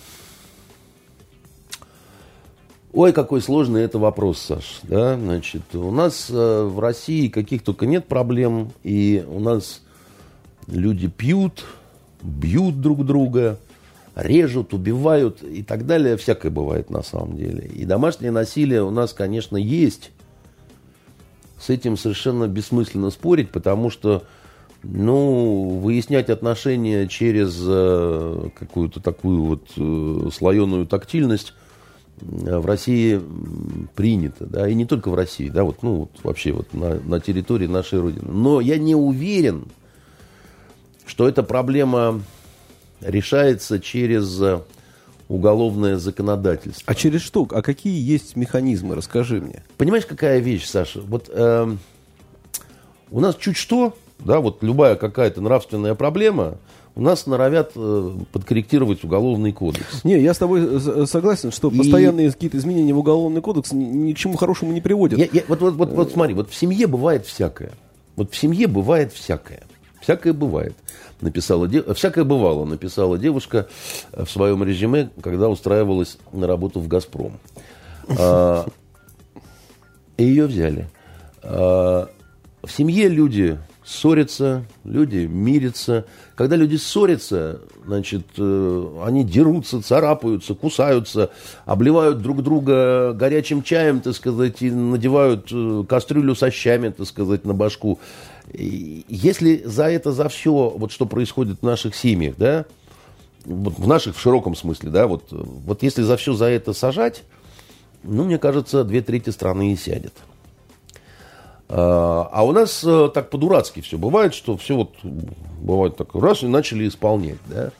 Ой, какой сложный это вопрос, Саш. Да? Значит, у нас э, в России каких только нет проблем, и у нас... Люди пьют, бьют друг друга, режут, убивают и так далее. Всякое бывает на самом деле. И домашнее насилие у нас, конечно, есть. С этим совершенно бессмысленно спорить, потому что, ну, выяснять отношения через э, какую-то такую вот э, слоеную тактильность в России принято. Да? И не только в России, да, вот, ну, вот, вообще вот на, на территории нашей Родины. Но я не уверен, что эта проблема решается через уголовное законодательство. А через что? А какие есть механизмы? Расскажи мне. Понимаешь, какая вещь, Саша? Вот э, у нас чуть что, да, вот любая какая-то нравственная проблема, у нас норовят э, подкорректировать уголовный кодекс. Не, я с тобой согласен, что И... постоянные какие-то изменения в уголовный кодекс ни, ни к чему хорошему не приводят. Я, я, вот, вот, вот, вот смотри, вот в семье бывает всякое. Вот в семье бывает всякое. Всякое бывает. Написала, всякое бывало, написала девушка в своем резюме, когда устраивалась на работу в «Газпром». А, и ее взяли. А, в семье люди ссорятся, люди мирятся. Когда люди ссорятся, значит, они дерутся, царапаются, кусаются, обливают друг друга горячим чаем, так сказать, и надевают кастрюлю со щами, так сказать, на башку. И если за это, за все, вот что происходит в наших семьях, да, вот в наших в широком смысле, да, вот, вот если за все за это сажать, ну, мне кажется, две трети страны и сядет. А у нас так по-дурацки все бывает, что все вот бывает так, раз и начали исполнять, да,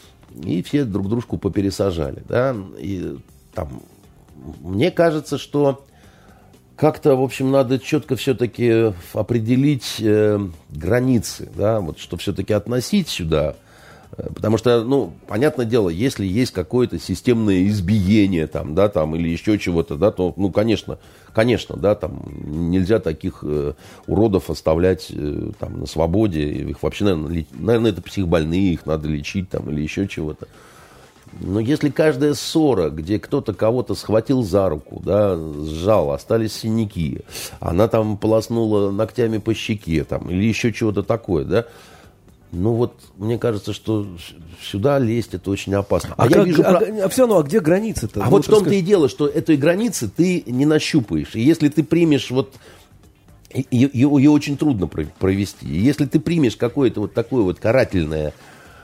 и все друг дружку попересажали, да, и там, мне кажется, что как-то, в общем, надо четко все-таки определить э, границы, да, вот что все-таки относить сюда. Потому что, ну, понятное дело, если есть какое-то системное избиение там, да, там, или еще чего-то, да, то, ну, конечно, конечно, да, там, нельзя таких э, уродов оставлять э, там на свободе, их вообще, наверное, ли, наверное, это психбольные, их надо лечить там, или еще чего-то. Но если каждая ссора, где кто-то кого-то схватил за руку, да, сжал, остались синяки, она там полоснула ногтями по щеке, там, или еще чего-то такое, да, ну вот, мне кажется, что сюда лезть это очень опасно. А, а, я как, вижу, а, про... а все равно, а где границы-то? А ну, вот в том-то расскажи. и дело, что этой границы ты не нащупаешь. И если ты примешь вот... Ее, ее очень трудно провести. И если ты примешь какое-то вот такое вот карательное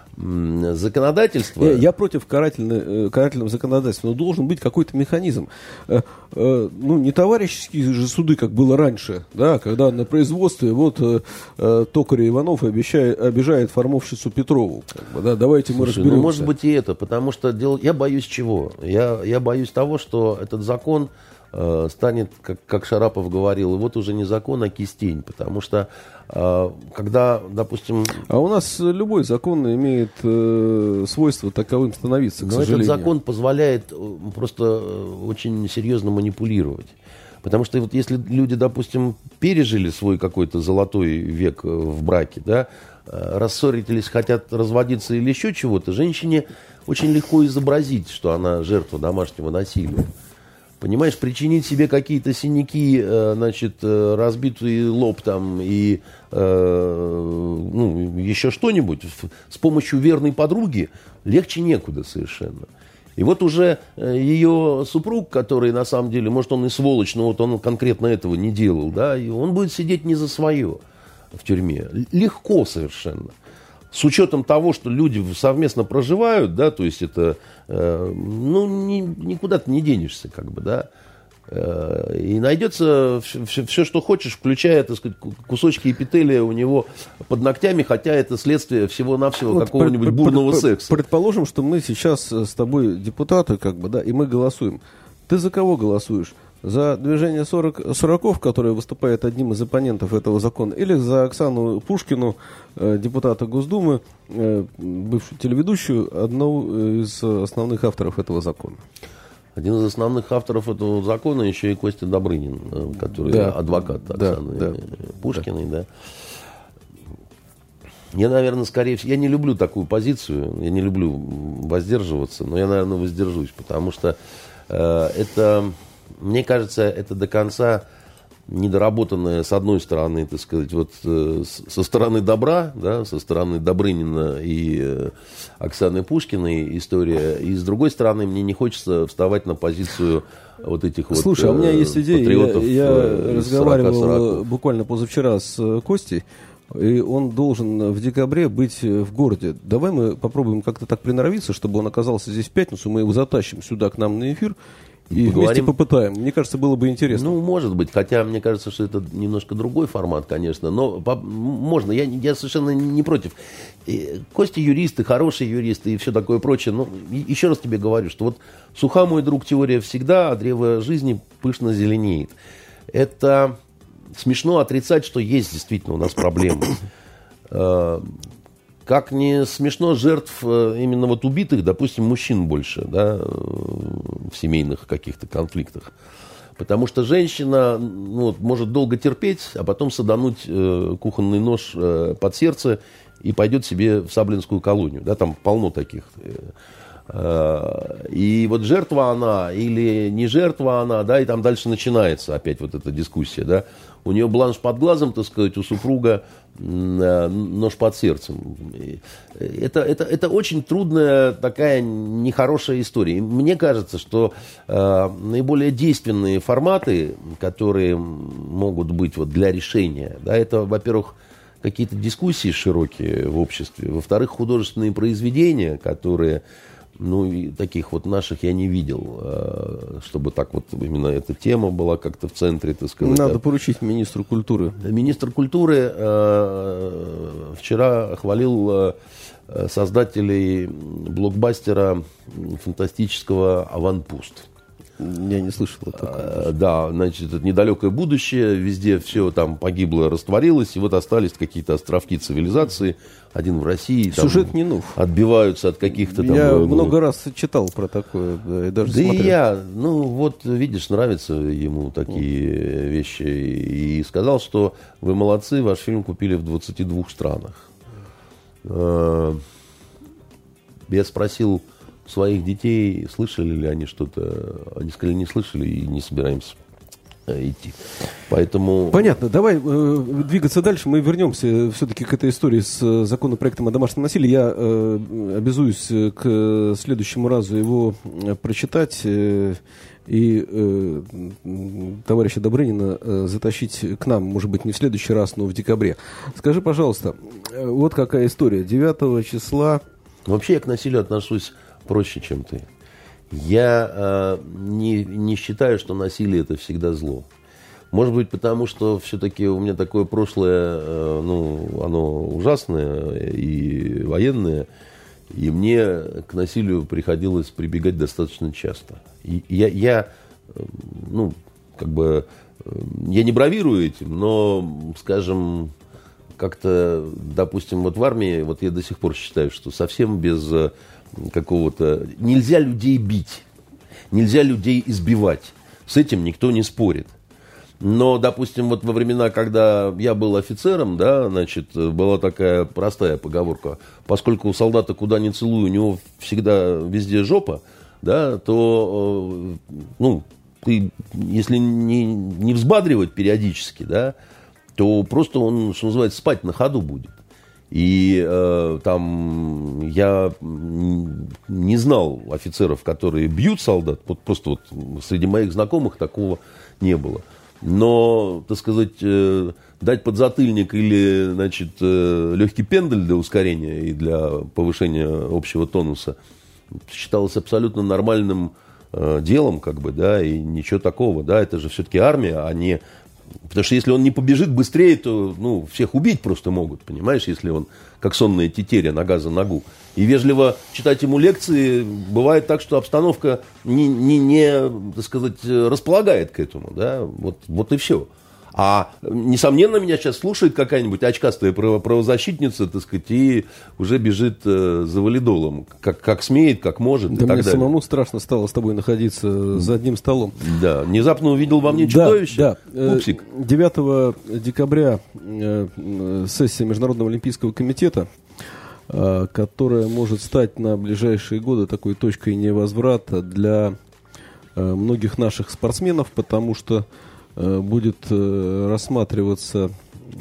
законодательство... Я, я против карательного, карательного законодательства, но должен быть какой-то механизм. Э, э, ну, не товарищеские же суды, как было раньше, да, когда на производстве вот э, токарь Иванов обещает, обижает формовщицу Петрову. Как бы, да, давайте мы Слушай, разберемся. Ну, может быть и это, потому что дело... я боюсь чего? Я, я боюсь того, что этот закон э, станет, как, как Шарапов говорил, и вот уже не закон, а кистень, потому что э, когда, допустим... А у нас любой закон имеет э, свойство таковым становиться, к Но сожалению. этот закон позволяет просто очень серьезно манипулировать. Потому что вот если люди, допустим, пережили свой какой-то золотой век в браке, да, рассорились, хотят разводиться или еще чего-то, женщине очень легко изобразить, что она жертва домашнего насилия. Понимаешь, причинить себе какие-то синяки, значит, разбитый лоб там и э, ну, еще что-нибудь с помощью верной подруги легче некуда совершенно. И вот уже ее супруг, который на самом деле, может, он и сволочь, но вот он конкретно этого не делал, да, и он будет сидеть не за свое в тюрьме. Легко совершенно. С учетом того, что люди совместно проживают, да, то есть это, э, ну, ни, никуда ты не денешься, как бы, да, э, и найдется все, все, что хочешь, включая, так сказать, кусочки эпителия у него под ногтями, хотя это следствие всего-навсего вот какого-нибудь пред, бурного пред, секса. Предположим, что мы сейчас с тобой депутаты, как бы, да, и мы голосуем. Ты за кого голосуешь? За движение сорок, сороков, которое выступает одним из оппонентов этого закона, или за Оксану Пушкину, э, депутата Госдумы, э, бывшую телеведущую, одну из основных авторов этого закона? Один из основных авторов этого закона еще и Костя Добрынин, который да. адвокат Оксаны да, да, Пушкиной. Да. Да. Я, наверное, скорее всего, я не люблю такую позицию, я не люблю воздерживаться, но я, наверное, воздержусь, потому что э, это... Мне кажется, это до конца недоработанная, с одной стороны, так сказать, вот э, со стороны добра, да, со стороны Добрынина и э, Оксаны Пушкиной история, и с другой стороны, мне не хочется вставать на позицию вот этих Слушай, вот Слушай, а у меня есть идея, патриотов. Я, я э, разговаривал сорока буквально позавчера с Костей, и он должен в декабре быть в городе. Давай мы попробуем как-то так приноровиться, чтобы он оказался здесь в пятницу, мы его затащим сюда к нам на эфир, и поговорим. Вместе попытаем. Мне кажется, было бы интересно. Ну, может быть. Хотя, мне кажется, что это немножко другой формат, конечно. Но по- можно. Я, я совершенно не против. И Костя юристы, хорошие юристы и все такое прочее. Но еще раз тебе говорю, что вот суха, мой друг, теория всегда, а древо жизни пышно зеленеет. Это смешно отрицать, что есть действительно у нас проблемы. Как не смешно жертв именно вот убитых, допустим, мужчин больше, да, в семейных каких-то конфликтах. Потому что женщина ну, может долго терпеть, а потом садануть э, кухонный нож э, под сердце и пойдет себе в Саблинскую колонию. Да, там полно таких. И вот жертва она или не жертва она, да, и там дальше начинается опять вот эта дискуссия, да. У нее бланш под глазом, так сказать, у супруга нож под сердцем. Это, это, это очень трудная такая нехорошая история. И мне кажется, что э, наиболее действенные форматы, которые могут быть вот для решения, да, это, во-первых, какие-то дискуссии широкие в обществе, во-вторых, художественные произведения, которые ну, и таких вот наших я не видел, чтобы так вот именно эта тема была как-то в центре, так сказать. Надо поручить министру культуры. Министр культуры э, вчера хвалил э, создателей блокбастера фантастического «Аванпост». Я не слышал о таком. Э, да, значит, это недалекое будущее, везде все там погибло, растворилось, и вот остались какие-то островки цивилизации, один в России. Сюжет там, не нов. Отбиваются от каких-то там... Я ну, много раз читал про такое, да, и даже да смотрел. и я, ну вот, видишь, нравятся ему такие mm. вещи. И сказал, что вы молодцы, ваш фильм купили в двадцати двух странах. Я спросил своих детей, слышали ли они что-то. Они сказали, не слышали и не собираемся идти. Поэтому... Понятно. Давай э, двигаться дальше. Мы вернемся все-таки к этой истории с законопроектом о домашнем насилии. Я э, обязуюсь к следующему разу его прочитать э, и э, товарища Добрынина э, затащить к нам, может быть, не в следующий раз, но в декабре. Скажи, пожалуйста, э, вот какая история. девятого числа... Вообще я к насилию отношусь проще, чем ты. Я э, не, не считаю, что насилие это всегда зло. Может быть, потому что все-таки у меня такое прошлое, э, ну, оно ужасное и военное, и мне к насилию приходилось прибегать достаточно часто. И я, я э, ну, как бы, э, я не бравирую этим, но, скажем, как-то, допустим, вот в армии, вот я до сих пор считаю, что совсем без какого-то... Нельзя людей бить, нельзя людей избивать. С этим никто не спорит. Но, допустим, вот во времена, когда я был офицером, да, значит, была такая простая поговорка. Поскольку у солдата куда ни целуй, у него всегда везде жопа, да, то, ну, ты, если не, не взбадривать периодически, да, то просто он, что называется, спать на ходу будет. И э, там я не знал офицеров, которые бьют солдат. Вот просто вот среди моих знакомых такого не было. Но, так сказать, э, дать подзатыльник или, значит, э, легкий пендель для ускорения и для повышения общего тонуса считалось абсолютно нормальным э, делом, как бы, да, и ничего такого, да, это же все-таки армия, а не... Потому что если он не побежит быстрее, то, ну, всех убить просто могут, понимаешь, если он как сонная тетеря, нога за ногу. И вежливо читать ему лекции, бывает так, что обстановка не, не, не так сказать, располагает к этому, да, вот, вот и все. А, несомненно, меня сейчас слушает какая-нибудь очкастая правозащитница, так сказать, и уже бежит э, за валидолом, как, как смеет, как может. Да, и так мне далее. самому страшно стало с тобой находиться за одним столом. Да, внезапно увидел во мне чудовище. Да, да. Пупсик. девятого декабря сессия Международного олимпийского комитета, которая может стать на ближайшие годы такой точкой невозврата для многих наших спортсменов, потому что будет рассматриваться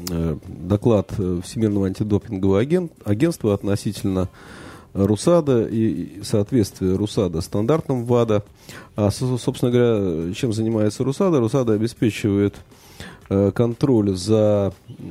доклад Всемирного антидопингового агентства относительно РУСАДА и соответствие РУСАДА стандартам ВАДА. А, собственно говоря, чем занимается РУСАДА? РУСАДА обеспечивает контроль за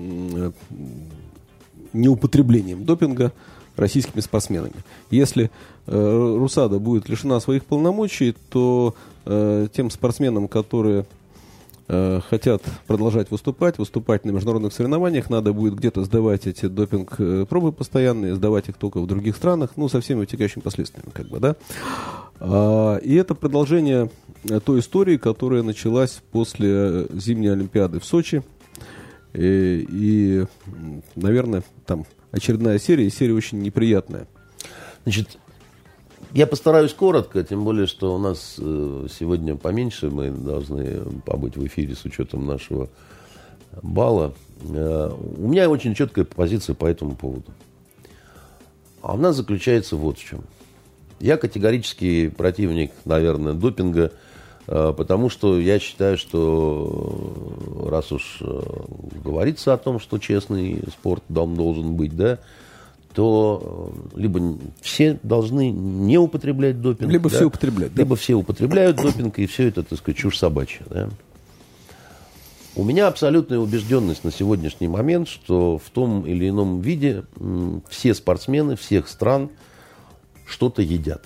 неупотреблением допинга российскими спортсменами. Если РУСАДА будет лишена своих полномочий, то тем спортсменам, которые хотят продолжать выступать, выступать на международных соревнованиях, надо будет где-то сдавать эти допинг-пробы постоянные, сдавать их только в других странах, ну, со всеми вытекающими последствиями, как бы, да. А, и это продолжение той истории, которая началась после зимней Олимпиады в Сочи. И, и наверное, там очередная серия, и серия очень неприятная. Значит, я постараюсь коротко, тем более, что у нас э, сегодня поменьше, мы должны побыть в эфире с учетом нашего балла. Э, у меня очень четкая позиция по этому поводу. А она заключается вот в чем. Я категорический противник, наверное, допинга, э, потому что я считаю, что раз уж э, говорится о том, что честный спорт должен быть, да, то либо все должны не употреблять допинг, либо да, все употребляют, либо да? все употребляют допинг, и все это, так сказать, чушь собачья. Да. У меня абсолютная убежденность на сегодняшний момент, что в том или ином виде все спортсмены всех стран что-то едят.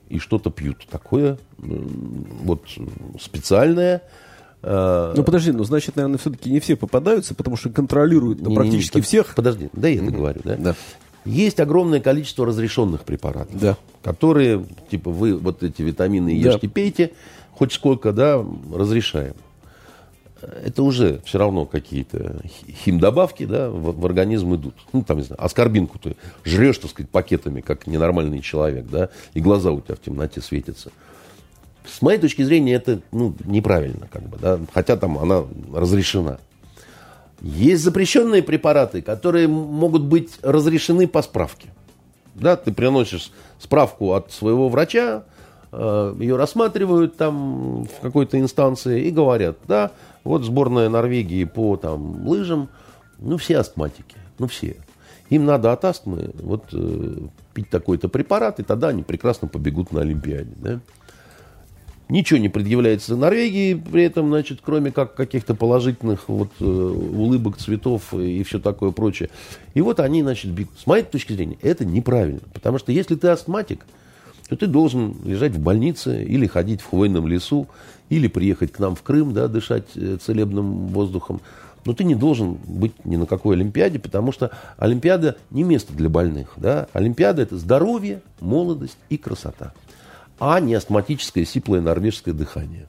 и что-то пьют. Такое вот специальное. Ну, подожди, ну, значит, наверное, все-таки не все попадаются, потому что контролируют не, практически не, не, всех. Подожди, да я это mm-hmm. говорю, да? Да. Есть огромное количество разрешенных препаратов, да. которые, типа, вы вот эти витамины ешьте, да. пейте, хоть сколько, да, разрешаем. Это уже все равно какие-то химдобавки, да, в, в организм идут. Ну, там, не знаю, аскорбинку ты жрешь, так сказать, пакетами, как ненормальный человек, да, и глаза у тебя в темноте светятся. С моей точки зрения, это, ну, неправильно, как бы, да, хотя там она разрешена. Есть запрещенные препараты, которые могут быть разрешены по справке. Да, ты приносишь справку от своего врача, э, ее рассматривают там в какой-то инстанции и говорят, да, вот сборная Норвегии по там, лыжам, ну, все астматики, ну, все. Им надо от астмы вот, э, пить такой-то препарат, и тогда они прекрасно побегут на Олимпиаде, да. Ничего не предъявляется Норвегии, при этом, значит, кроме как каких-то положительных вот, э, улыбок, цветов и все такое прочее. И вот они, значит, бегут. С моей точки зрения, это неправильно. Потому что если ты астматик, то ты должен лежать в больнице или ходить в хвойном лесу, или приехать к нам в Крым, да, дышать целебным воздухом. Но ты не должен быть ни на какой Олимпиаде, потому что Олимпиада не место для больных. Да? Олимпиада – это здоровье, молодость и красота. А не астматическое сиплое норвежское дыхание.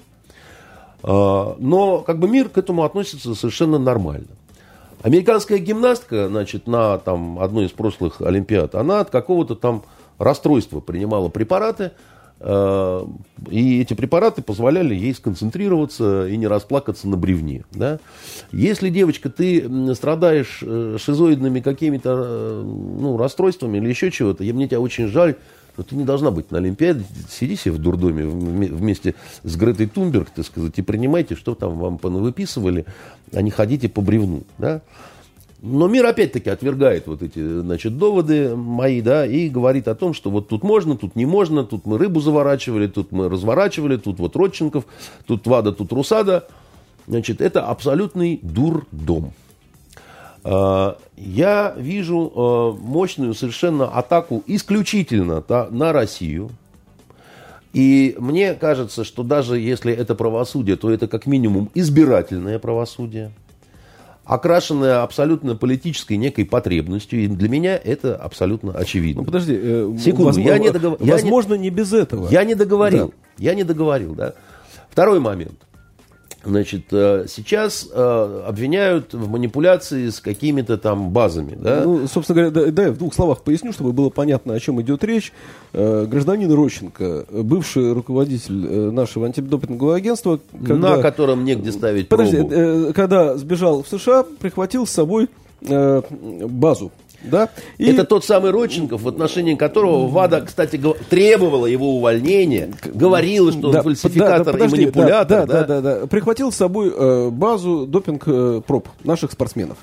Но как бы мир к этому относится совершенно нормально. Американская гимнастка, значит, на там, одной из прошлых Олимпиад, она от какого-то там расстройства принимала препараты, и эти препараты позволяли ей сконцентрироваться и не расплакаться на бревне. Да? Если, девочка, ты страдаешь шизоидными какими-то ну, расстройствами или еще чего-то, мне тебя очень жаль, но ты не должна быть на Олимпиаде, сиди себе в дурдоме вместе с Гретой Тунберг, так сказать, и принимайте, что там вам понавыписывали, а не ходите по бревну. Да? Но мир опять-таки отвергает вот эти, значит, доводы мои, да, и говорит о том, что вот тут можно, тут не можно, тут мы рыбу заворачивали, тут мы разворачивали, тут вот Родченков, тут ВАДА, тут РУСАДА. Значит, это абсолютный дурдом. Я вижу мощную совершенно атаку исключительно на Россию. И мне кажется, что даже если это правосудие, то это как минимум избирательное правосудие, окрашенное абсолютно политической некой потребностью. И для меня это абсолютно очевидно. Ну, подожди. Э, Секунду. Возможно, я не договор... возможно я не... не без этого. Я не договорил. Да. Я не договорил, да. Второй момент. Значит, сейчас обвиняют в манипуляции с какими-то там базами. Да? Ну, собственно говоря, да, я в двух словах поясню, чтобы было понятно, о чем идет речь. Гражданин Родченко, бывший руководитель нашего антидопингового агентства, когда... на котором негде ставить Подожди, пробу. Когда сбежал в США, прихватил с собой базу. Да? И... Это тот самый Родченков, в отношении которого ВАДА, кстати, требовала его увольнения, говорила, что да, он фальсификатор да, да, подожди, и манипулятор. Да, да? Да, да, да, да. Прихватил с собой э, базу допинг-проб наших спортсменов.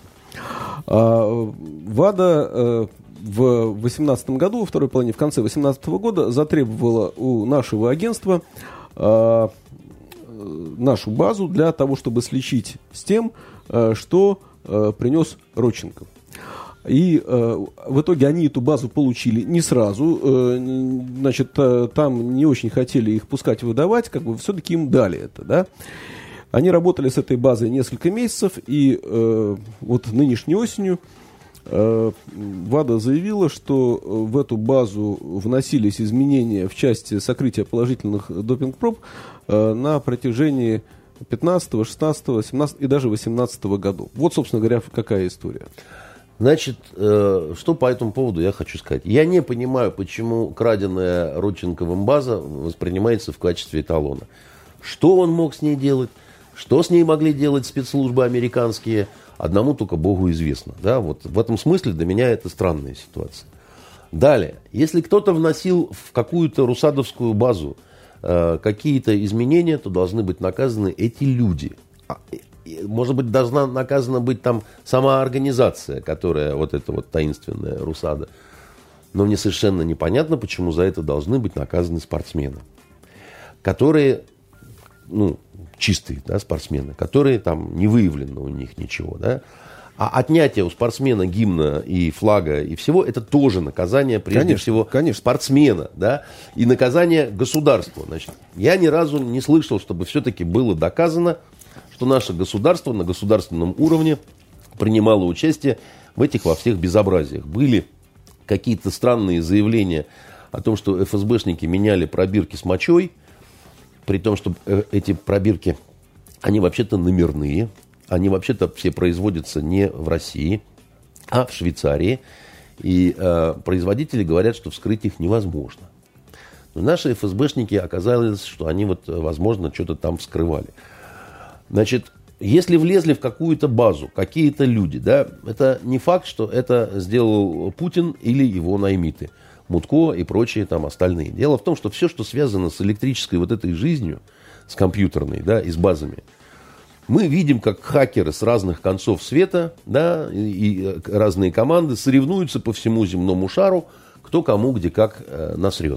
А, ВАДА э, в две тысячи восемнадцатом году, во второй половине, в конце две тысячи восемнадцатого года затребовала у нашего агентства э, нашу базу для того, чтобы сличить с тем, э, что э, принес Родченков. И э, в итоге они эту базу получили не сразу, э, значит, э, там не очень хотели их пускать выдавать, как бы все-таки им дали это, да. Они работали с этой базой несколько месяцев, и э, вот нынешней осенью э, ВАДА заявила, что в эту базу вносились изменения в части сокрытия положительных допинг-проб э, на протяжении пятнадцатого, шестнадцатого, семнадцатого и даже восемнадцатого годов. Вот, собственно говоря, какая история. Значит, э, что по этому поводу я хочу сказать. Я не понимаю, почему краденая Родченковым база воспринимается в качестве эталона. Что он мог с ней делать? Что с ней могли делать спецслужбы американские? Одному только Богу известно. Да? Вот в этом смысле для меня это странная ситуация. Далее. Если кто-то вносил в какую-то русадовскую базу э, какие-то изменения, то должны быть наказаны эти люди. Может быть, должна наказана быть там сама организация, которая вот эта вот таинственная РУСАДА. Но мне совершенно непонятно, почему за это должны быть наказаны спортсмены, которые, ну, чистые, да, спортсмены, которые там не выявлено у них ничего, да. А отнятие у спортсмена гимна и флага и всего, это тоже наказание, прежде конечно, всего, конечно. спортсмена, да, и наказание государства. Значит, я ни разу не слышал, чтобы все-таки было доказано, что наше государство на государственном уровне принимало участие в этих во всех безобразиях. Были какие-то странные заявления о том, что эф эс бэшники меняли пробирки с мочой, при том, что эти пробирки, они вообще-то номерные, они вообще-то все производятся не в России, а в Швейцарии. И э, производители говорят, что вскрыть их невозможно. Но наши эф эс бэшники оказалось, что они, вот, возможно, что-то там вскрывали. Значит, если влезли в какую-то базу какие-то люди, да, это не факт, что это сделал Путин или его наймиты, Мутко и прочие там остальные. Дело в том, что все, что связано с электрической вот этой жизнью, с компьютерной, да, и с базами, мы видим, как хакеры с разных концов света, да, и, и разные команды соревнуются по всему земному шару, кто кому где как э, насрет.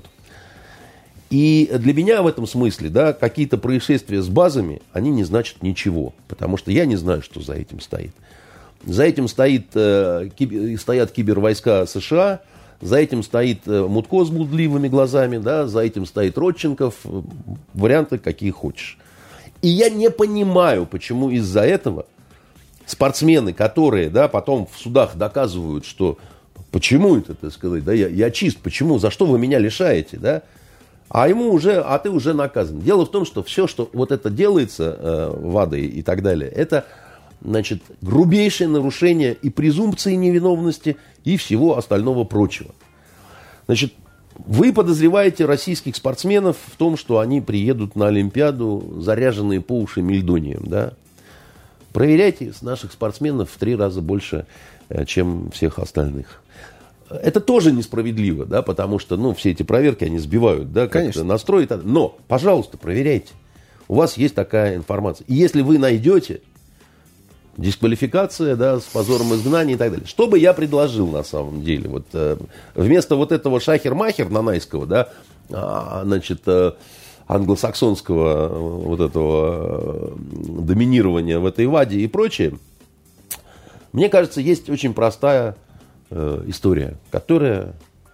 И для меня в этом смысле, да, какие-то происшествия с базами, они не значат ничего, потому что я не знаю, что за этим стоит. За этим стоит, э, кибер, стоят кибервойска США, за этим стоит э, Мутко с блудливыми глазами, да, за этим стоит Родченков, варианты какие хочешь. И я не понимаю, почему из-за этого спортсмены, которые, да, потом в судах доказывают, что почему это, так сказать, да, я, я чист, почему, за что вы меня лишаете, да, а ему уже, а ты уже наказан. Дело в том, что все, что вот это делается, э, ВАДА и, и так далее, это, значит, грубейшее нарушение и презумпции невиновности, и всего остального прочего. Значит, вы подозреваете российских спортсменов в том, что они приедут на Олимпиаду, заряженные по уши мельдонием, да? Проверяйте с наших спортсменов в три раза больше, чем всех остальных. Это тоже несправедливо, да, потому что, ну, все эти проверки, они сбивают, да, как-то настрой. Но, пожалуйста, проверяйте. У вас есть такая информация. И если вы найдете дисквалификация, да, с позором изгнания и так далее. Что бы я предложил на самом деле? Вот, э, вместо вот этого шахер-махер нанайского, да, а, значит, э, англосаксонского э, вот этого э, доминирования в этой ВАДе и прочее, мне кажется, есть очень простая э, история, которая...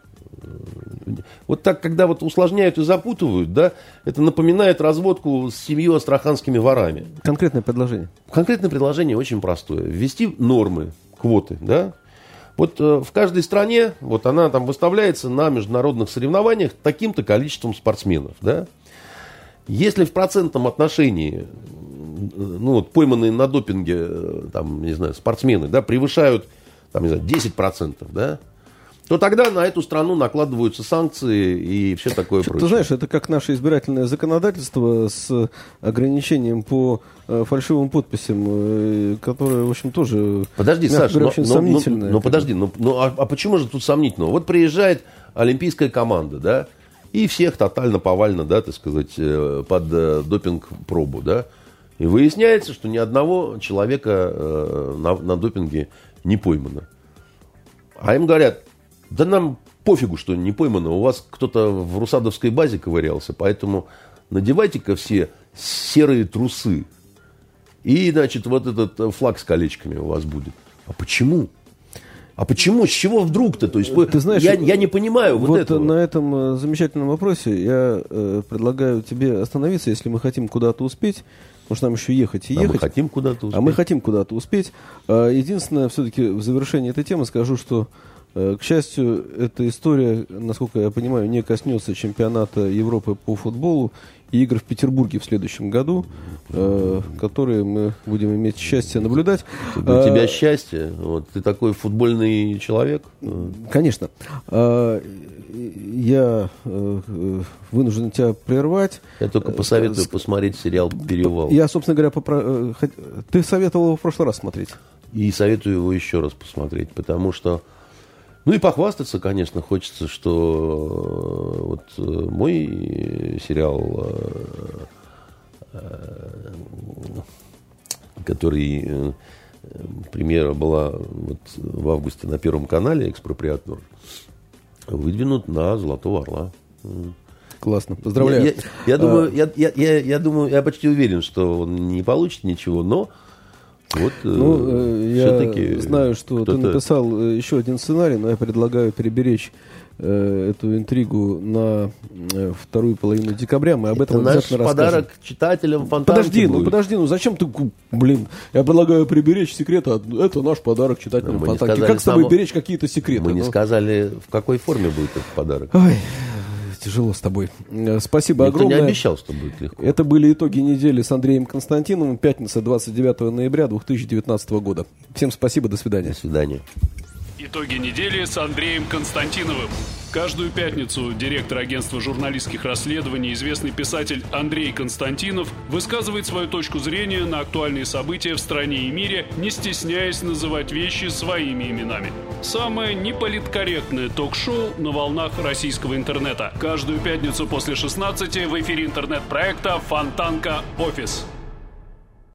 Вот так, когда вот усложняют и запутывают, да, это напоминает разводку с семью астраханскими ворами. Конкретное предложение. Конкретное предложение очень простое. Ввести нормы, квоты, да. Вот э, в каждой стране, вот она там выставляется на международных соревнованиях таким-то количеством спортсменов, да. Если в процентном отношении, ну вот пойманные на допинге, там, не знаю, спортсмены, да, превышают, там, не знаю, десять процентов, да, то тогда на эту страну накладываются санкции и все такое прочее. Ты знаешь, это как наше избирательное законодательство с ограничением по э, фальшивым подписям, э, которое, в общем, тоже, подожди, Саша, говоря, но, очень но, сомнительное. Но, но подожди, ну, ну, а, а почему же тут сомнительного? Вот приезжает олимпийская команда, да, и всех тотально повально, да, так сказать, э, под э, допинг-пробу, да, и выясняется, что ни одного человека э, на, на допинге не поймано. А им говорят: да нам пофигу, что не поймано. У вас кто-то в Русадовской базе ковырялся, поэтому надевайте-ка все серые трусы. И, значит, вот этот флаг с колечками у вас будет. А почему? А почему? С чего вдруг-то? То есть, ты знаешь, я, я не понимаю вот, вот этого. На этом замечательном вопросе я э, предлагаю тебе остановиться, если мы хотим куда-то успеть. Может, нам еще ехать и а ехать. Мы хотим куда-то успеть. А мы хотим куда-то успеть. Единственное, все-таки в завершении этой темы скажу, что, к счастью, эта история, насколько я понимаю, не коснется чемпионата Европы по футболу и игр в Петербурге в следующем году, которые мы будем иметь счастье наблюдать. У тебя счастье? Вот, ты такой футбольный человек? Конечно. Я вынужден тебя прервать. Я только посоветую посмотреть сериал «Перевал». Я, собственно говоря, попро... ты советовал его в прошлый раз смотреть. И советую его еще раз посмотреть, потому что... Ну и похвастаться, конечно, хочется, что вот мой сериал, который премьера была вот в августе на Первом канале, «Экспроприатор», выдвинут на «Золотого орла». Классно, поздравляю. Я, я, я, думаю, я, я, я, я думаю, я почти уверен, что он не получит ничего, но Вот, ну, э, я знаю, что кто-то... ты написал еще один сценарий, но я предлагаю приберечь э, эту интригу на э, вторую половину декабря. Мы об этом Это обязательно наш расскажем. подарок читателям Фонтанки. Подожди, будет. ну подожди, ну зачем ты, блин, я предлагаю приберечь секреты. Это наш подарок читателям Мы Фонтанки. Как с тобой само... беречь какие-то секреты? Мы не ну? сказали, в какой форме будет этот подарок. Ой, тяжело с тобой. Спасибо Никто огромное. не обещал, что будет легко. Это были итоги недели с Андреем Константиновым. Пятница, двадцать девятого ноября две тысячи девятнадцатого года. Всем спасибо, до свидания. До свидания. Итоги недели с Андреем Константиновым. Каждую пятницу директор агентства журналистских расследований, известный писатель Андрей Константинов, высказывает свою точку зрения на актуальные события в стране и мире, не стесняясь называть вещи своими именами. Самое неполиткорректное ток-шоу на волнах российского интернета. Каждую пятницу после шестнадцати в эфире интернет-проекта «Фонтанка Офис».